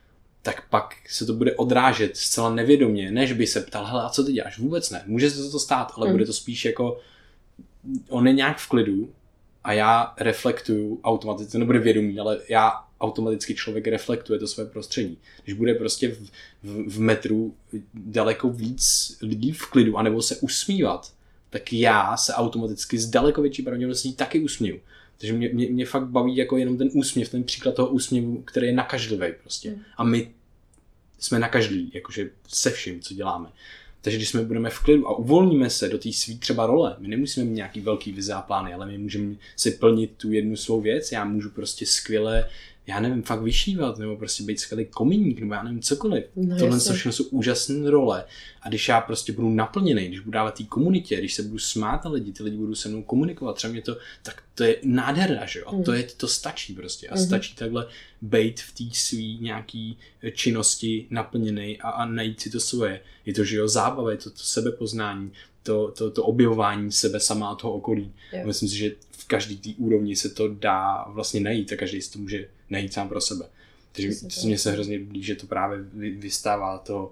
tak pak se to bude odrážet zcela nevědomě, než by se ptal, hele, a co ty děláš? Vůbec ne, může se to stát, ale mm. bude to spíš jako, on je nějak v klidu a já reflektuju automaticky, to nebude vědomí, ale já automaticky člověk reflektuje to své prostředí. Když bude prostě v, v, v metru daleko víc lidí v klidu, anebo se usmívat, tak já se automaticky s daleko větší pravděpodobností taky usměju. Takže mě, mě, mě fakt baví jako jenom ten úsměv, ten příklad toho úsměvu, který je nakažlivý prostě. Mm. A my jsme nakažliví, jakože se vším, co děláme. Takže když jsme budeme v klidu a uvolníme se do té svý třeba role, my nemusíme mít nějaký velký vize a plány, ale my můžeme si plnit tu jednu svou věc, já můžu prostě skvěle, já nevím, fakt vyšívat, nebo prostě být skvělý komíník, nebo já nevím, cokoliv. No, tohle všechno jsou úžasné role. A když já prostě budu naplněný, když budu dávat té komunitě, když se budu smát na lidi, ty lidi budou se mnou komunikovat, třeba mě to, tak to je nádhera, že jo? A to, je, to stačí prostě. A stačí takhle bejt v té svý nějaký činnosti naplněný a, a najít si to svoje. Je to, že jo, zábava, je to, to sebepoznání, to, to, to objevování sebe sama a toho okolí. Yeah. Myslím si, že v každý té úrovni se to dá vlastně najít a každý si to může najít sám pro sebe. Takže mně se hrozně líbí, že to právě vystává to,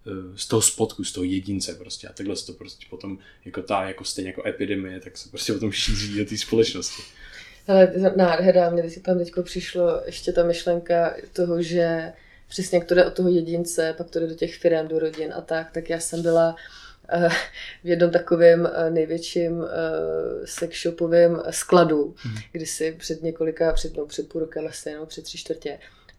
z toho spodku, z toho jedince prostě a takhle se to prostě potom jako ta, jako stejně jako epidemie, tak se prostě potom šíří do té společnosti. Ale nádhera, mě tam teďko přišlo ještě ta myšlenka toho, že přesně jak to jde od toho jedince, pak to jde do těch firem, do rodin a tak, tak já jsem byla v jednom takovém největším sex shopovém skladu, hmm. kdysi před několika, před, no, před půl rokem asi, no, před tři čtvrtě.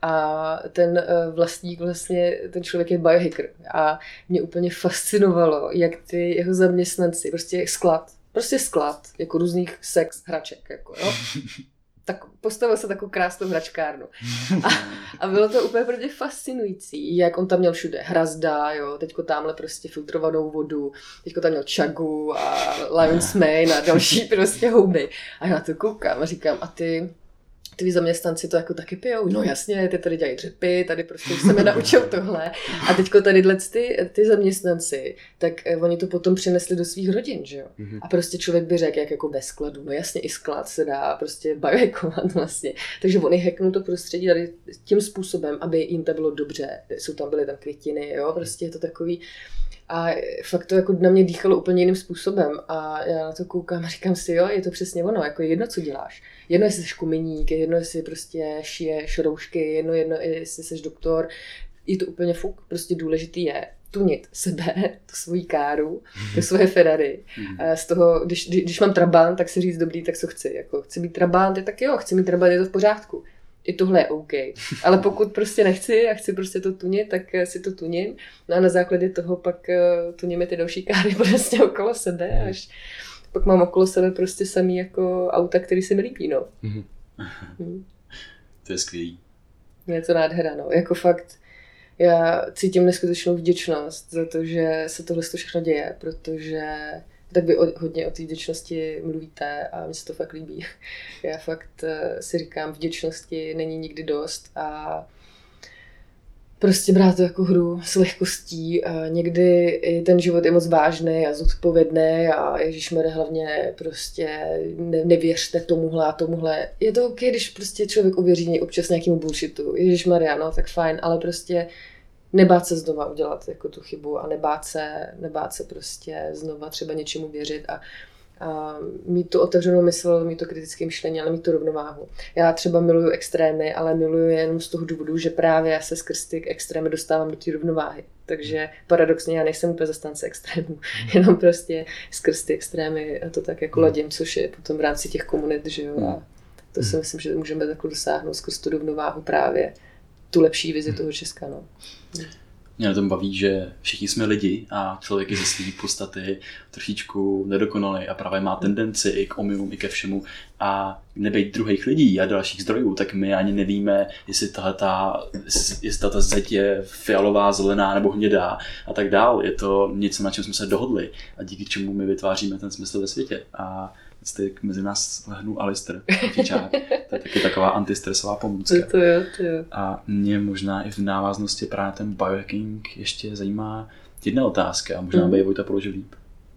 A ten vlastník vlastně, ten člověk je biohacker a mě úplně fascinovalo, jak ty jeho zaměstnanci, prostě sklad, prostě sklad, jako různých sex hraček, jako jo. tak postavil se takovou krásnou hračkárnu. A, a bylo to úplně pro mě fascinující, jak on tam měl všude hrazda, jo, teďko tamhle prostě filtrovanou vodu, teďko tam měl čagu a Lion's Mane a další prostě houby. A já na to koukám a říkám, a ty... Ty zaměstnanci to jako taky pijou, no jasně, ty tady dělají dřepy, tady prostě už se mi naučil tohle. A teďko tadyhle ty, ty zaměstnanci, tak oni to potom přinesli do svých rodin, že jo. Mm-hmm. A prostě člověk by řekl, jak jako bez skladu, no jasně i sklad se dá prostě biohackovat vlastně. Takže oni hacknou to prostředí tady tím způsobem, aby jim to bylo dobře, jsou tam byly tam květiny, jo, prostě je to takový. A fakt to jako na mě dýchalo úplně jiným způsobem a já na to koukám a říkám si, jo, je to přesně ono, jako jedno, co děláš. Jedno, jestli jsi kumeník, jedno, jestli prostě šiješ roušky, jedno, jedno, jestli jsi doktor, je to úplně fuk. Prostě důležitý je tunit sebe, tu svoji káru, tu svoje Ferrari. A z toho, když, když mám Trabant, tak si říct dobrý, tak co chci. Jako, chci mít Trabant, tak jo, chci mít Trabant, je to v pořádku. I tohle je OK. Ale pokud prostě nechci a chci prostě to tunit, tak si to tuním. No a na základě toho pak tuníme ty další káry prostě okolo sebe, až pak mám okolo sebe prostě samý jako auta, který se mi líbí, no. Mm. Mm. To je skvělý. Je to nádhera, no. Jako fakt, já cítím neskutečnou vděčnost za to, že se tohle všechno děje, protože tak vy hodně o té vděčnosti mluvíte a mi se to fakt líbí. Já fakt si říkám, vděčnosti není nikdy dost a prostě brát to jako hru s lehkostí. A někdy i ten život je moc vážný a zodpovědný a ježišmarja, hlavně prostě ne, nevěřte tomuhle a tomuhle. Je to OK, když prostě člověk uvěří občas nějakému bullshitu. Ježišmarja, no tak fajn, ale prostě nebát se znova udělat jako tu chybu a nebát se, nebát se prostě znova třeba něčemu věřit a, a mít tu otevřenou mysl, mít to kritické myšlení, ale mít tu rovnováhu. Já třeba miluju extrémy, ale miluju je jenom z toho důvodu, že právě já se skrz ty extrémy dostávám do té rovnováhy. Takže paradoxně já nejsem úplně zastánce extrémů, jenom prostě skrz ty extrémy a to tak jako ladím, což je potom v rámci těch komunit, že jo. A to si myslím, že můžeme takhle dosáhnout skrz tu rovnováhu právě tu lepší vizi toho Česka, no. Mě na tom baví, že všichni jsme lidi a člověk je ze své podstaty trošičku nedokonalý a právě má tendenci i k omylům, i ke všemu a nebejt druhých lidí a dalších zdrojů, tak my ani nevíme, jestli tahleta, jestli tato zeď je fialová, zelená nebo hnědá a tak dál. Je to něco, na čem jsme se dohodli a díky čemu my vytváříme ten smysl ve světě. A teď mezi nás lehnul Alister, fičák. To je taky taková antistresová pomůcka. To jo, to jo. A mě možná i v návaznosti právě ten biohacking ještě zajímá jedna otázka a možná by je Vojta položil líp.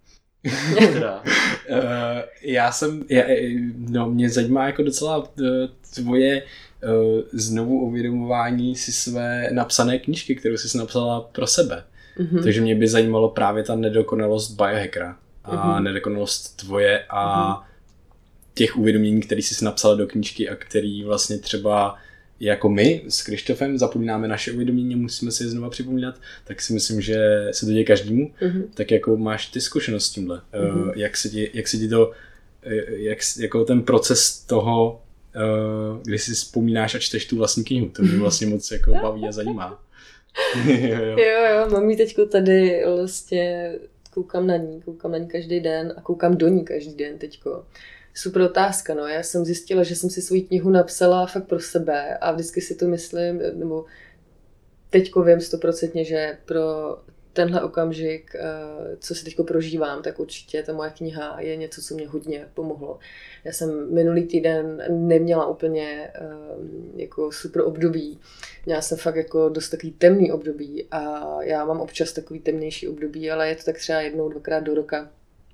Teda. uh, já jsem, já, no mě zajímá jako docela uh, tvoje uh, znovu uvědomování si své napsané knížky, kterou jsi napsala pro sebe. Mm-hmm. Takže mě by zajímalo právě ta nedokonalost biohackera. A mm-hmm. nedokonalost tvoje a mm-hmm. těch uvědomění, které jsi napsala do knížky a který vlastně třeba jako my s Krištofem zapomínáme naše uvědomění, musíme si je znova připomínat, tak si myslím, že se to děje každému. Mm-hmm. Tak jako máš ty zkušenost s tímhle. Mm-hmm. Jak se ti, jak se ti to, jak, jako ten proces toho, kdy si vzpomínáš a čteš tu vlastní knihu, to mě vlastně moc jako baví a zajímá. jo, jo. jo, jo, mám ji teďko tady vlastně koukám na ní, koukám na ní každý den a koukám do ní každý den teďko. Super otázka, no. Já jsem zjistila, že jsem si svou knihu napsala fakt pro sebe a vždycky si to myslím, nebo teďko vím stoprocentně, že pro tenhle okamžik, co si teďko prožívám, tak určitě ta moje kniha je něco, co mě hodně pomohlo. Já jsem minulý týden neměla úplně jako super období. Měla jsem fakt jako dost takový temný období a já mám občas takový temnější období, ale je to tak třeba jednou, dvakrát do roka,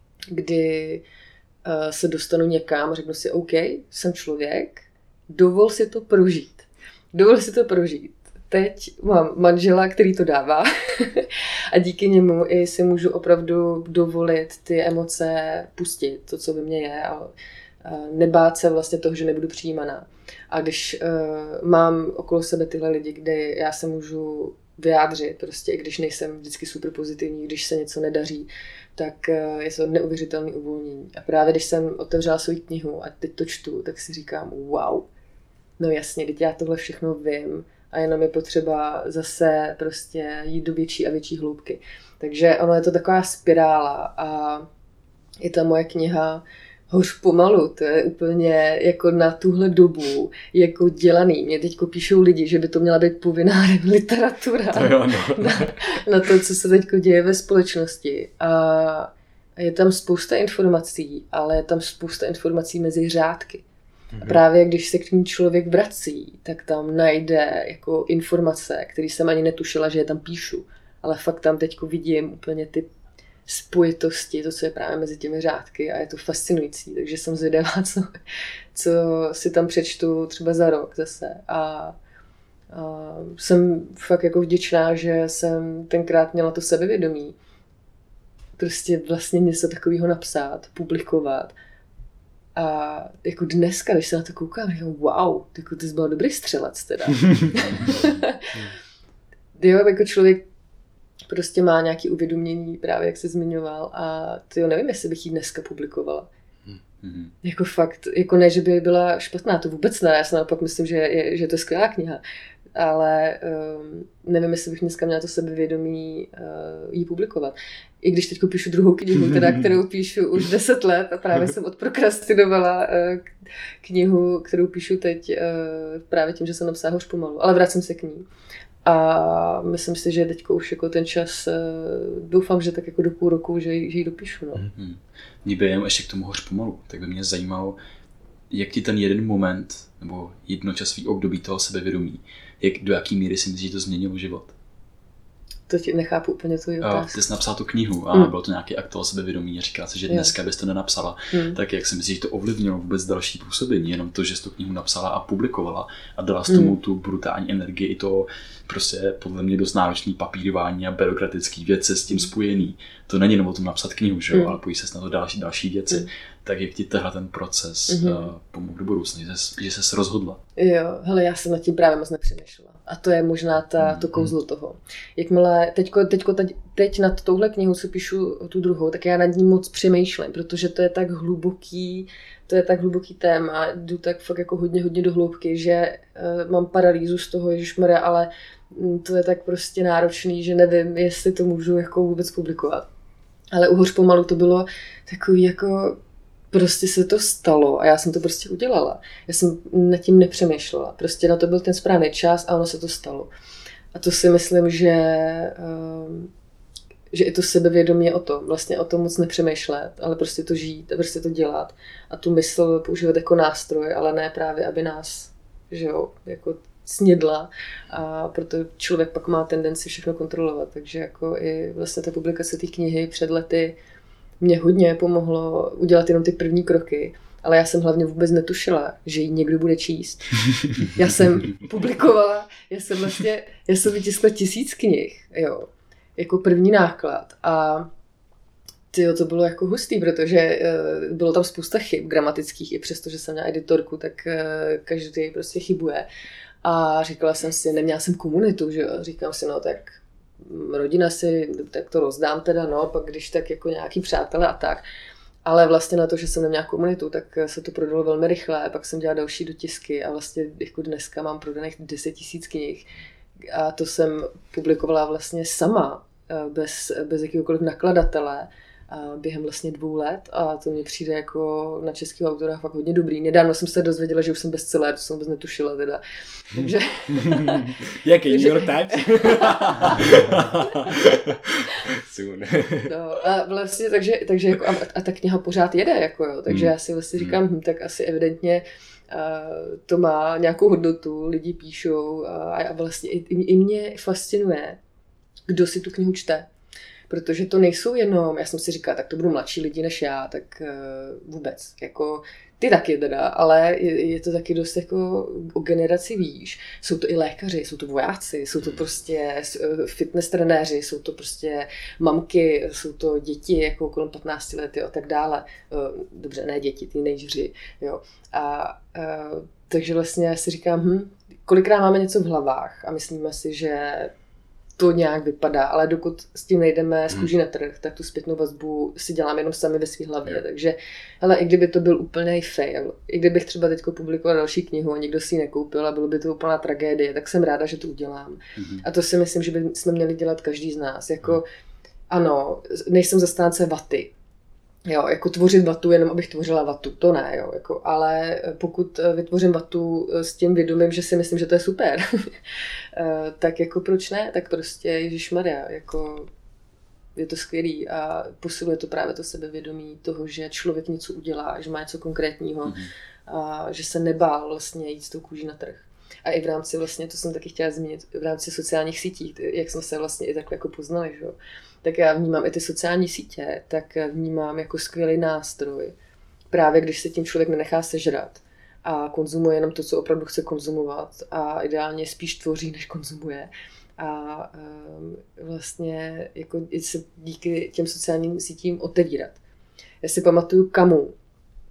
kdy se dostanu někam a řeknu si, OK, jsem člověk, dovol si to prožít. Dovol si to prožít. Teď mám manžela, který to dává a díky němu i si můžu opravdu dovolit ty emoce pustit, to, co ve mně je a nebát se vlastně toho, že nebudu přijímaná. A když uh, mám okolo sebe tyhle lidi, kde já se můžu vyjádřit, prostě i když nejsem vždycky super pozitivní, když se něco nedaří, tak uh, je to neuvěřitelné uvolnění. A právě když jsem otevřela svou knihu a teď to čtu, tak si říkám, wow, no jasně, teď já tohle všechno vím, a jenom je potřeba zase prostě jít do větší a větší hloubky. Takže ono je to taková spirála a i ta moje kniha Hoř pomalu, to je úplně jako na tuhle dobu jako dělaný. Mě teďko píšou lidi, že by to měla být povinná literatura to jo, no. na, na to, co se teďko děje ve společnosti. A je tam spousta informací, ale je tam spousta informací mezi řádky. A právě když se k ní člověk vrací, tak tam najde jako informace, které jsem ani netušila, že je tam píšu. Ale fakt tam teďko vidím úplně ty spojitosti, to, co je právě mezi těmi řádky a je to fascinující. Takže jsem zvědavá, co, co si tam přečtu třeba za rok zase. A, a jsem fakt jako vděčná, že jsem tenkrát měla to sebevědomí. Prostě vlastně něco takového napsat, publikovat. A jako dneska, když se na to koukám, říkám, wow, jako ty jsi byl dobrý střelec teda. Jo, jako člověk prostě má nějaké uvědomění, právě jak se zmiňoval, a tyjo, nevím, jestli bych ji dneska publikovala. Mm-hmm. Jako fakt, jako ne, že by byla špatná, to vůbec ne, já si naopak myslím, že, je, že to je skvělá kniha, ale um, nevím, jestli bych dneska měla to sebevědomí uh, jí publikovat. I když teď píšu druhou knihu, teda, kterou píšu už deset let a právě jsem odprokrastinovala uh, knihu, kterou píšu teď uh, právě tím, že jsem napsala Hoř pomalu, ale vracím se k ní. A myslím si, že teďko už jako ten čas, doufám, že tak jako do půl roku, že, že ji dopíšu. No. Mm-hmm. Mě by jenom ještě k tomu Hoř pomalu, tak by mě zajímalo, jak ti ten jeden moment, nebo jednočasový období toho sebevědomí, jak, do jaký míry si myslíš, že to změnilo život? To ti nechápu úplně tu otázku. Ty jsi napsala tu knihu a mm. byl to nějaký akt toho sebevědomí a říkala si, že dneska bys to nenapsala. Mm. Tak jak si myslíš, že to ovlivnilo vůbec další působení? Jenom to, že jsi tu knihu napsala a publikovala a dala jsi tomu mm. tu brutální energii i to prostě podle mě dost náročný papírování a byrokratický věci s tím spojený. To není jenom o tom napsat knihu, že jo, mm. ale pojí se na to další, další věci. Mm. Tak jak ti tenhle ten proces mm-hmm. uh, pomohl do budoucna, že jsi, že jsi rozhodla? Jo, hele, já jsem nad tím právě moc nepřemýšlela. A to je možná ta, to kouzlo toho. Jakmile teďko, teďko, teď, teď nad touhle knihou, co píšu tu druhou, tak já nad ní moc přemýšlím, protože to je tak hluboký, to je tak hluboký téma, jdu tak fakt jako hodně, hodně do hloubky, že uh, mám paralýzu z toho, ježišmarja, ale to je tak prostě náročný, že nevím, jestli to můžu jako vůbec publikovat. Ale u Hoř pomalu to bylo takový jako prostě se to stalo a já jsem to prostě udělala. Já jsem nad tím nepřemýšlela. Prostě na to byl ten správný čas a ono se to stalo. A to si myslím, že, um, že i to sebevědomí je o tom. Vlastně o tom moc nepřemýšlet, ale prostě to žít a prostě to dělat. A tu mysl používat jako nástroj, ale ne právě, aby nás, že jo, jako snědla. A proto člověk pak má tendenci všechno kontrolovat. Takže jako i vlastně ta publikace té knihy před lety mě hodně pomohlo udělat jenom ty první kroky, ale já jsem hlavně vůbec netušila, že ji někdo bude číst. Já jsem publikovala, já jsem vlastně, já jsem vytiskla tisíc knih, jo, jako první náklad a tyjo, to bylo jako hustý, protože uh, bylo tam spousta chyb gramatických, i přesto, že jsem měla editorku, tak uh, každý prostě chybuje. A říkala jsem si, neměla jsem komunitu, že jo, říkám si, no tak rodina si, tak to rozdám teda, no, pak když tak jako nějaký přátelé a tak. Ale vlastně na to, že jsem neměla komunitu, tak se to prodalo velmi rychle, pak jsem dělala další dotisky a vlastně jako dneska mám prodaných deset tisíc knih a to jsem publikovala vlastně sama, bez, bez jakýhokoliv nakladatele během vlastně dvou let a to mně přijde jako na českého autora fakt hodně dobrý. Nedávno jsem se dozvěděla, že už jsem bestseller, to jsem vůbec netušila teda. Takže... Jaký New York Times? No a vlastně, takže, takže jako, a, a ta kniha pořád jede, jako jo, takže já si vlastně říkám, hm, tak asi evidentně uh, to má nějakou hodnotu, lidi píšou a, a vlastně i, i mě fascinuje, kdo si tu knihu čte. Protože to nejsou jenom, já jsem si říkala, tak to budou mladší lidi než já, tak uh, vůbec, jako ty taky teda, ale je, je to taky dost jako o generaci výš. Jsou to i lékaři, jsou to vojáci, jsou to prostě fitness trenéři, jsou to prostě mamky, jsou to děti jako kolem patnácti let a tak dále. Uh, dobře, ne děti, teenageři, jo. A uh, takže vlastně já si říkám, hm, kolikrát máme něco v hlavách a myslíme si, že to nějak vypadá, ale dokud s tím nejdeme z kůží na trh, tak tu zpětnou vazbu si dělám jenom sami ve svý hlavě. Yeah. Takže, hele, i kdyby to byl úplný fail, i kdybych třeba teďko publikoval další knihu a nikdo si ji nekoupil a bylo by to úplná tragédie, tak jsem ráda, že to udělám. Mm-hmm. A to si myslím, že bychom měli dělat každý z nás. Jako, ano, nejsem zastánce vaty, Jo, jako tvořit vatu, jenom abych tvořila vatu, to ne, jo, jako, ale pokud vytvořím vatu s tím vědomím, že si myslím, že to je super, tak jako proč ne, tak prostě ježišmarja, jako je to skvělý a posiluje to právě to sebevědomí toho, že člověk něco udělá, že má něco konkrétního mm-hmm. a že se nebál vlastně jít s tou kůží na trh. A i v rámci vlastně, to jsem taky chtěla zmínit, v rámci sociálních sítí, jak jsme se vlastně i takhle jako poznali, že jo. Tak já vnímám i ty sociální sítě, tak vnímám jako skvělý nástroj. Právě když se tím člověk nenechá sežrat a konzumuje jenom to, co opravdu chce konzumovat a ideálně spíš tvoří, než konzumuje. A um, vlastně jako se díky těm sociálním sítím otevírat. Já si pamatuju Kamu. Uh,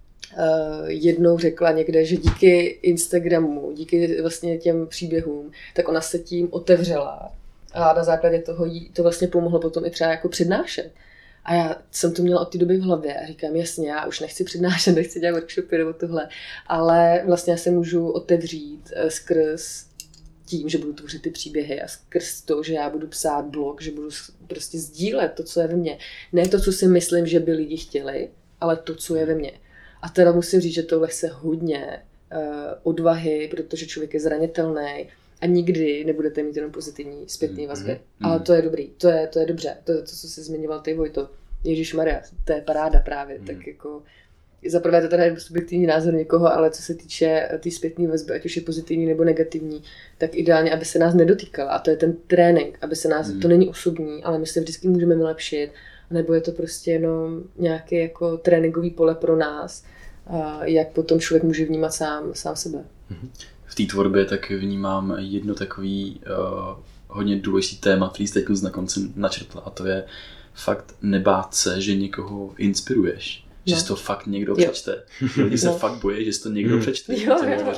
jednou řekla někde, že díky Instagramu, díky vlastně těm příběhům, tak ona se tím otevřela. A na základě toho jí to vlastně pomohlo potom i třeba jako přednášet. A já jsem to měla od té doby v hlavě a říkám, jasně, já už nechci přednášet, nechci dělat workshopy nebo tohle, ale vlastně já se můžu otevřít skrz tím, že budu tvořit ty příběhy a skrz to, že já budu psát blog, že budu prostě sdílet to, co je ve mně. Ne to, co si myslím, že by lidi chtěli, ale to, co je ve mně. A teda musím říct, že tohle chce hodně uh, odvahy, protože člověk je zranitelný, a nikdy nebudete mít jenom pozitivní zpětný vazby. Mm-hmm. Ale to je dobrý, to je, to je dobře. To je to, co jsi zmiňoval ty, Vojto. Ježišmarja, to je paráda právě. Mm. Tak jako, zaprvé to teda je subjektivní názor někoho, ale co se týče té zpětné vazby, ať už je pozitivní nebo negativní, tak ideálně, aby se nás nedotýkala. A to je ten trénink, aby se nás, mm. to není osobní, ale my se vždycky můžeme vylepšit. Nebo je to prostě jenom nějaké jako tréninkový pole pro nás, a jak potom člověk může vnímat sám, sám sebe. Mm. V té tvorbě tak vnímám jedno takový uh, hodně důležitý téma, který jsi teď na konci načrtla, a to je fakt nebát se, že někoho inspiruješ. Že no. si to fakt někdo jo. přečte. Lidi se no. fakt bojí, že si to někdo hmm. přečte. Jo, to jo.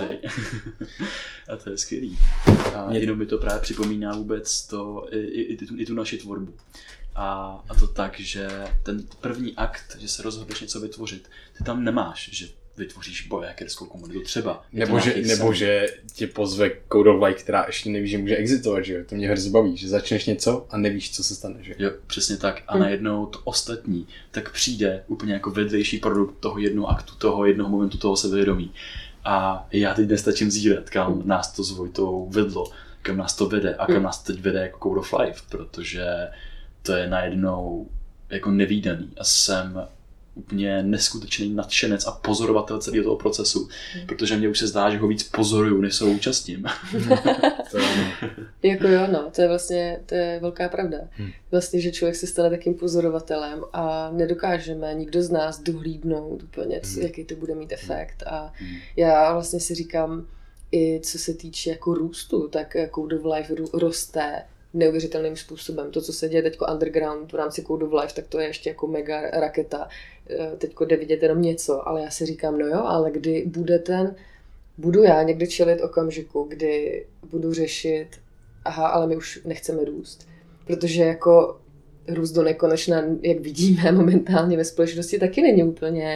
A to je skvělý. A jenom mi to právě připomíná vůbec to, i, i, i, tu, i tu naši tvorbu. A, a to tak, že ten první akt, že se rozhodneš něco vytvořit, ty tam nemáš, že vytvoříš biohackerskou komunitu třeba. Nebo že, nebo že tě pozve Code of Life, která ještě neví, že může existovat, že jo? To mě hrozně baví, že začneš něco a nevíš, co se stane, že jo? Přesně tak. A najednou to ostatní tak přijde úplně jako vedlejší produkt toho jednoho aktu, toho jednoho momentu, toho sebevědomí. A já teď nestačím zírat, kam nás to s Vojtou vedlo, kam nás to vede a kam nás teď vede jako Code of Life, protože to je najednou jako nevídaný a jsem úplně neskutečný nadšenec a pozorovatel celého toho procesu, hmm. protože mě už se zdá, že ho víc pozoruju, než se ho účastním. to jako jo, no, to je vlastně to je velká pravda. Hmm. Vlastně, že člověk se stane takým pozorovatelem a nedokážeme nikdo z nás dohlídnout úplně, co, hmm. jaký to bude mít efekt. A hmm. já vlastně si říkám, i co se týče jako růstu, tak Code of Life roste neuvěřitelným způsobem. To, co se děje teďko underground v rámci Code of Life, tak to je ještě jako mega raketa. Teďko jde vidět jenom něco, ale já si říkám, no jo, ale kdy bude ten, budu já někdy čelit okamžiku, kdy budu řešit, aha, ale my už nechceme růst. Protože jako růst do nekonečna, jak vidíme momentálně ve společnosti, taky není úplně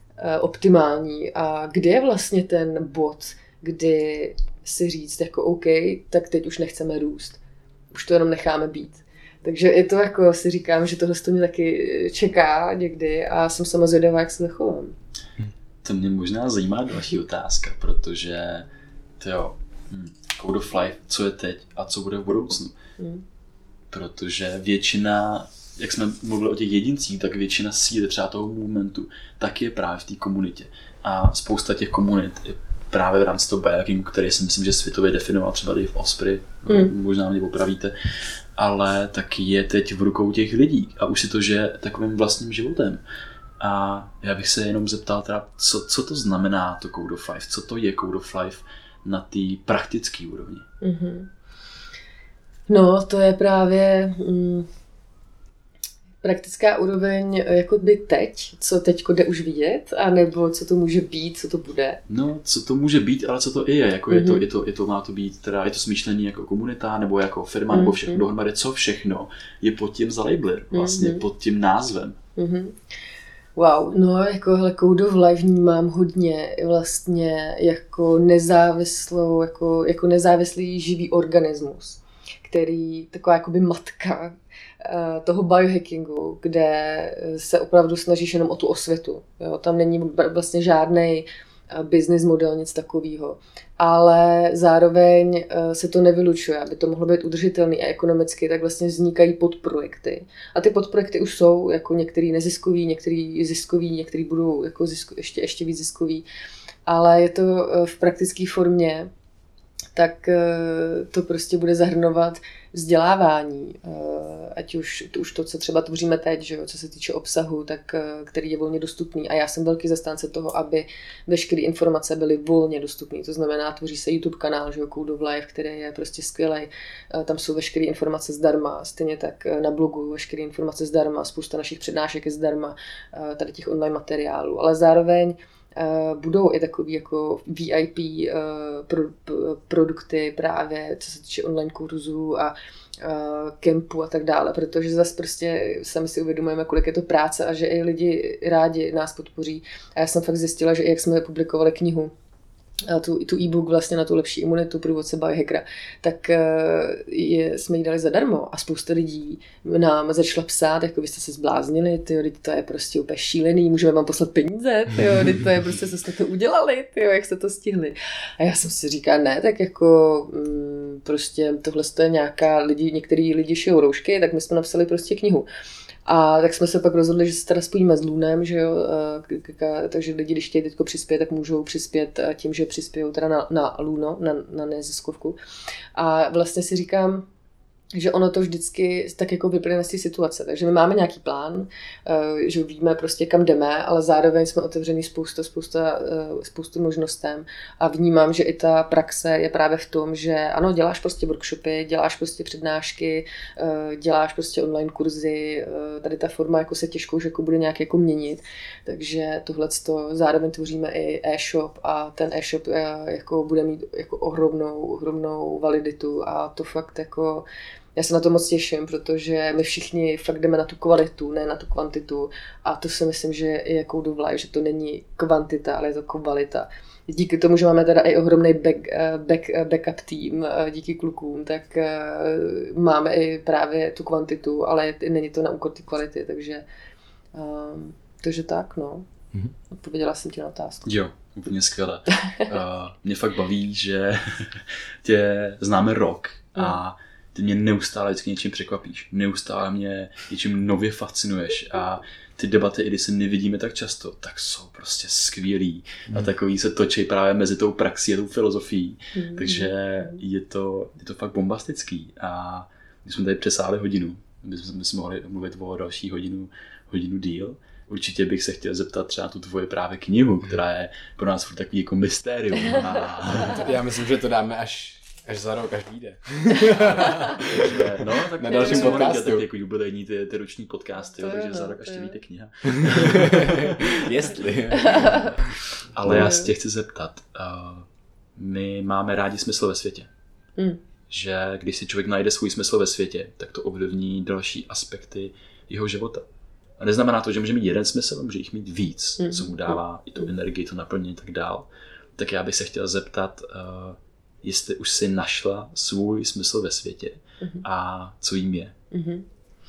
optimální. A kde je vlastně ten bod, kdy si říct jako OK, tak teď už nechceme růst. Už to jenom necháme být. Takže je to jako si říkám, že tohle to mě taky čeká někdy a jsem sama zvědavá, jak se zachovám. To mě možná zajímá další otázka, protože tyjo, Code of Life, co je teď a co bude v budoucnu. Hmm. Protože většina, jak jsme mluvili o těch jedincích, tak většina síly třeba toho momentu tak je právě v té komunitě. A spousta těch komunit je právě v rámci toho biohackingu, který si myslím, že světově definoval třeba Dave Osprey, hmm. možná mě opravíte, ale taky je teď v rukou těch lidí a už si to žije takovým vlastním životem. A já bych se jenom zeptal teda, co, co to znamená to Code of Life, co to je Code of Life na té praktické úrovni? Mm-hmm. No, to je právě mm, praktická úroveň jako by teď, co teďko jde už vidět, anebo co to může být, co to bude? No, co to může být, ale co to i je, jako mm-hmm. je, to, je, to, je to, má to být, teda je to smýšlení jako komunita, nebo jako firma, mm-hmm. nebo všechno dohromady, co všechno je pod tím zalablen, vlastně mm-hmm. pod tím názvem. Mm-hmm. Wow, no jako hele, Code of Life vnímám hodně vlastně jako nezávislou, jako, jako nezávislý živý organismus. který, taková jakoby matka toho biohackingu, kde se opravdu snažíš jenom o tu osvětu. Jo? Tam není vlastně žádnej business model, nic takového. Ale zároveň se to nevylučuje, aby to mohlo být udržitelný a ekonomicky, tak vlastně vznikají podprojekty. A ty podprojekty už jsou jako některý neziskový, některý ziskový, některý budou jako zisku, ještě, ještě víc ziskový. Ale je to v praktické formě, tak to prostě bude zahrnovat vzdělávání, ať už to, už to, co třeba tvoříme teď, že jo, co se týče obsahu, tak, který je volně dostupný. A já jsem velký zastánce toho, aby veškeré informace byly volně dostupné. To znamená, tvoří se YouTube kanál, že jo, Code of Life, který je prostě skvělý. Tam jsou veškeré informace zdarma, stejně tak na blogu veškeré informace zdarma, spousta našich přednášek je zdarma, tady těch online materiálů. Ale zároveň Uh, budou i takový jako V I P uh, pro, p, produkty právě, co se týče online kurzů a uh, kempu a tak dále, protože zase prostě sami si uvědomujeme, kolik je to práce a že i lidi rádi nás podpoří. A já jsem fakt zjistila, že i jak jsme publikovali knihu, tu, tu e-book vlastně na tu lepší imunitu, průvodce biohackera, tak je, jsme ji dali zadarmo a spousta lidí nám začala psát, jako vy jste se zbláznili, tyjo, to je prostě úplně šílený, můžeme vám poslat peníze, tyjo, to je prostě, co jste to udělali, tyjo, jak jste to stihli. A já jsem si říkala, ne, tak jako mm, prostě tohle je nějaká, lidi, některý lidi šijou roušky, tak my jsme napsali prostě knihu. A tak jsme se pak rozhodli, že se teda spojíme s Lunem, že jo, takže lidi, když chtějí teďko přispět, tak můžou přispět tím, že přispějou teda na, na Luno, na, na neziskovku. A vlastně si říkám, že ono to vždycky tak jako vyplyne z té situace. Takže my máme nějaký plán, že víme prostě kam jdeme, ale zároveň jsme otevřený spousta, spousta, spoustu možnostem a vnímám, že i ta praxe je právě v tom, že ano, děláš prostě workshopy, děláš prostě přednášky, děláš prostě online kurzy, tady ta forma jako se těžko už jako bude nějak jako měnit, takže tohleto zároveň tvoříme i e-shop a ten e-shop jako bude mít jako ohromnou, ohromnou validitu a to fakt jako já se na to moc těším, protože my všichni fakt jdeme na tu kvalitu, ne na tu kvantitu. A to si myslím, že je jako Code of Life, že to není kvantita, ale je to kvalita. Díky tomu, že máme teda i ohromný back, back, backup tým, díky klukům, tak máme i právě tu kvantitu, ale není to na úkor té kvality, takže, um, takže tak, no. Mm-hmm. Odpověděla jsem ti na otázku. Jo, úplně skvěle. uh, mě fakt baví, že tě známe rok a ty mě neustále vždycky něčím překvapíš. Neustále mě něčím nově fascinuješ a ty debaty, i když se nevidíme tak často, tak jsou prostě skvělý. Mm. A takový se točí právě mezi tou praxí a tou filozofií. Mm. Takže je to, je to fakt bombastický. A my jsme tady přesáhli hodinu. My jsme si mohli mluvit o další hodinu, hodinu díl. Určitě bych se chtěl zeptat třeba tu tvoje právě knihu, která je pro nás furt takový jako mystérium. A... Já myslím, že to dáme až Až za rok, až vyjde. No, tak na dalším podcastu. Tak jako jubilejní ty, ty roční podcasty, jo, takže no, za rok až ti vyjde kniha. Jestli. Ale já se tě chci zeptat. Uh, my máme rádi smysl ve světě. Mm. Že když si člověk najde svůj smysl ve světě, tak to ovlivní další aspekty jeho života. A neznamená to, že může mít jeden smysl, může jich mít víc, mm. co mu dává i tu energii, to naplnění a tak dál. Tak já bych se chtěl zeptat, uh, jestli už si našla svůj smysl ve světě mm-hmm. a co jím je. Mm-hmm.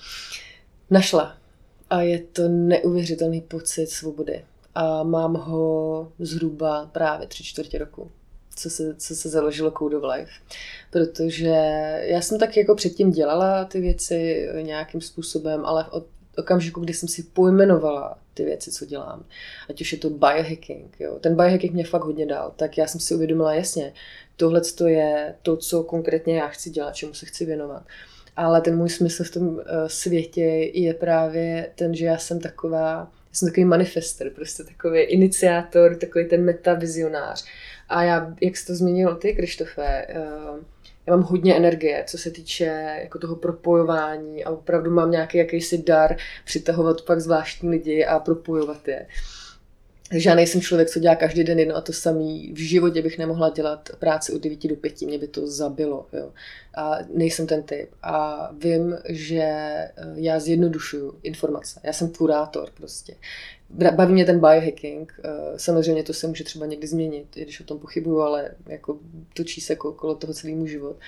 Našla. A je to neuvěřitelný pocit svobody. A mám ho zhruba právě tři čtvrtě roku, co se, co se založilo Code of Life. Protože já jsem tak jako předtím dělala ty věci nějakým způsobem, ale od okamžiku, kdy jsem si pojmenovala ty věci, co dělám, ať už je to biohacking, jo. Ten biohacking mě fakt hodně dal, tak já jsem si uvědomila, jasně, tohle je to, co konkrétně já chci dělat, čemu se chci věnovat. Ale ten můj smysl v tom uh, světě je právě ten, že já jsem taková, já jsem takový manifester, prostě takový iniciátor, takový ten metavizionář. A já, jak jsi to zmínil ty, Krištofe, uh, já mám hodně energie, co se týče jako toho propojování a opravdu mám nějaký jakýsi dar přitahovat pak zvláštní lidi a propojovat je. Takže já nejsem člověk, co dělá každý den jedno a to samý. V životě bych nemohla dělat práci od devíti do pěti, mě by to zabilo. Jo. A nejsem ten typ. A vím, že já zjednodušuju informace. Já jsem kurátor prostě. Baví mě ten biohacking. Samozřejmě to se může třeba někdy změnit, i když o tom pochybuju, ale jako točí se okolo toho celý můj život.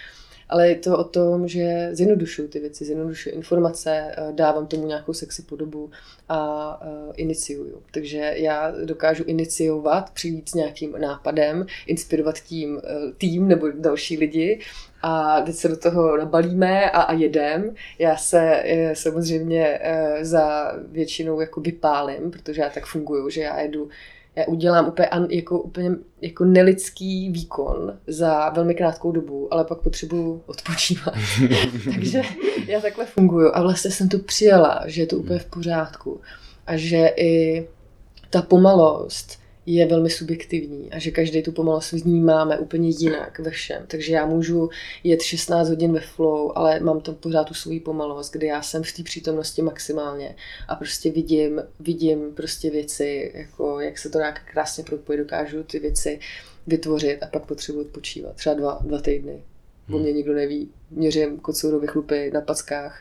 ale je to o tom, že zjednodušuju ty věci, zjednodušuju informace, dávám tomu nějakou sexy podobu a iniciuju. Takže já dokážu iniciovat, přijít s nějakým nápadem, inspirovat tím tým nebo další lidi a teď se do toho nabalíme a, a jedem. Já se samozřejmě za většinou jako vypálím, protože já tak funguju, že já jedu Já udělám úplně, jako, úplně jako nelidský výkon za velmi krátkou dobu, ale pak potřebuju odpočívat. Takže já takhle funguju. A vlastně jsem to přijala, že je to úplně v pořádku. A že i ta pomalost je velmi subjektivní a že každý tu pomalost vnímáme úplně jinak ve všem. Takže já můžu jet šestnáct hodin ve flow, ale mám tam pořád tu svoji pomalost, kdy já jsem v té přítomnosti maximálně a prostě vidím, vidím prostě věci, jako jak se to nějak krásně propojí, dokážu ty věci vytvořit a pak potřebuji odpočívat. Třeba dva, dva týdny. O mě nikdo neví. Měřím kocourovy chlupy na packách.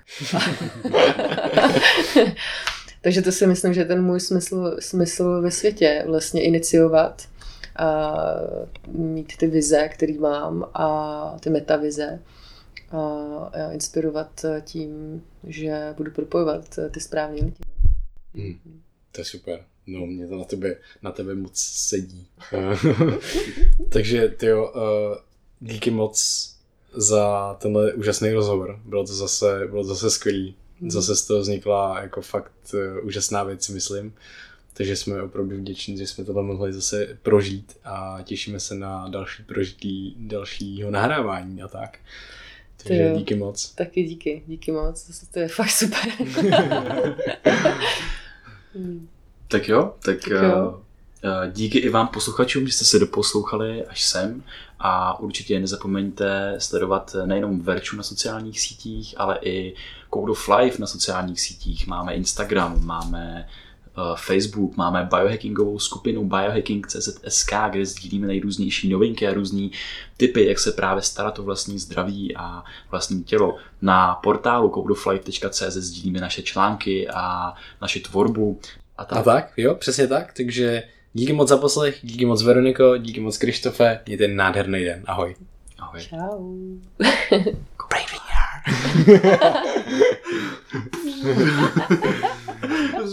Takže to si myslím, že je ten můj smysl, smysl ve světě, vlastně iniciovat a mít ty vize, které mám a ty metavize a, a inspirovat tím, že budu propojovat ty správné lidi. Hmm, to je super. No, mě to na tebe, na tebe moc sedí. Takže tyjo, díky moc za tenhle úžasný rozhovor. Bylo to zase, bylo to zase skvělý. Zase z toho vznikla jako fakt uh, úžasná věc, myslím. Takže jsme opravdu vděční, že jsme tohle mohli zase prožít a těšíme se na další prožití dalšího nahrávání a tak. Takže jo, díky moc. Taky díky, díky moc, zase to je fakt super. Tak jo, tak, tak jo. Díky i vám posluchačům, že jste se doposlouchali až sem a určitě nezapomeňte sledovat nejenom Verču na sociálních sítích, ale i Code of Life na sociálních sítích. Máme Instagram, máme Facebook, máme biohackingovou skupinu biohacking tečka cé zet es ká, kde sdílíme nejrůznější novinky a různý tipy, jak se právě starat o vlastní zdraví a vlastní tělo. Na portálu code of life tečka cé zet sdílíme naše články a naši tvorbu. A tak. a tak, jo, přesně tak. Takže díky moc za poslech, díky moc Veroniko, díky moc Krištofe, mějte nádherný den. Ahoj. Ahoj. Čau. Go Brain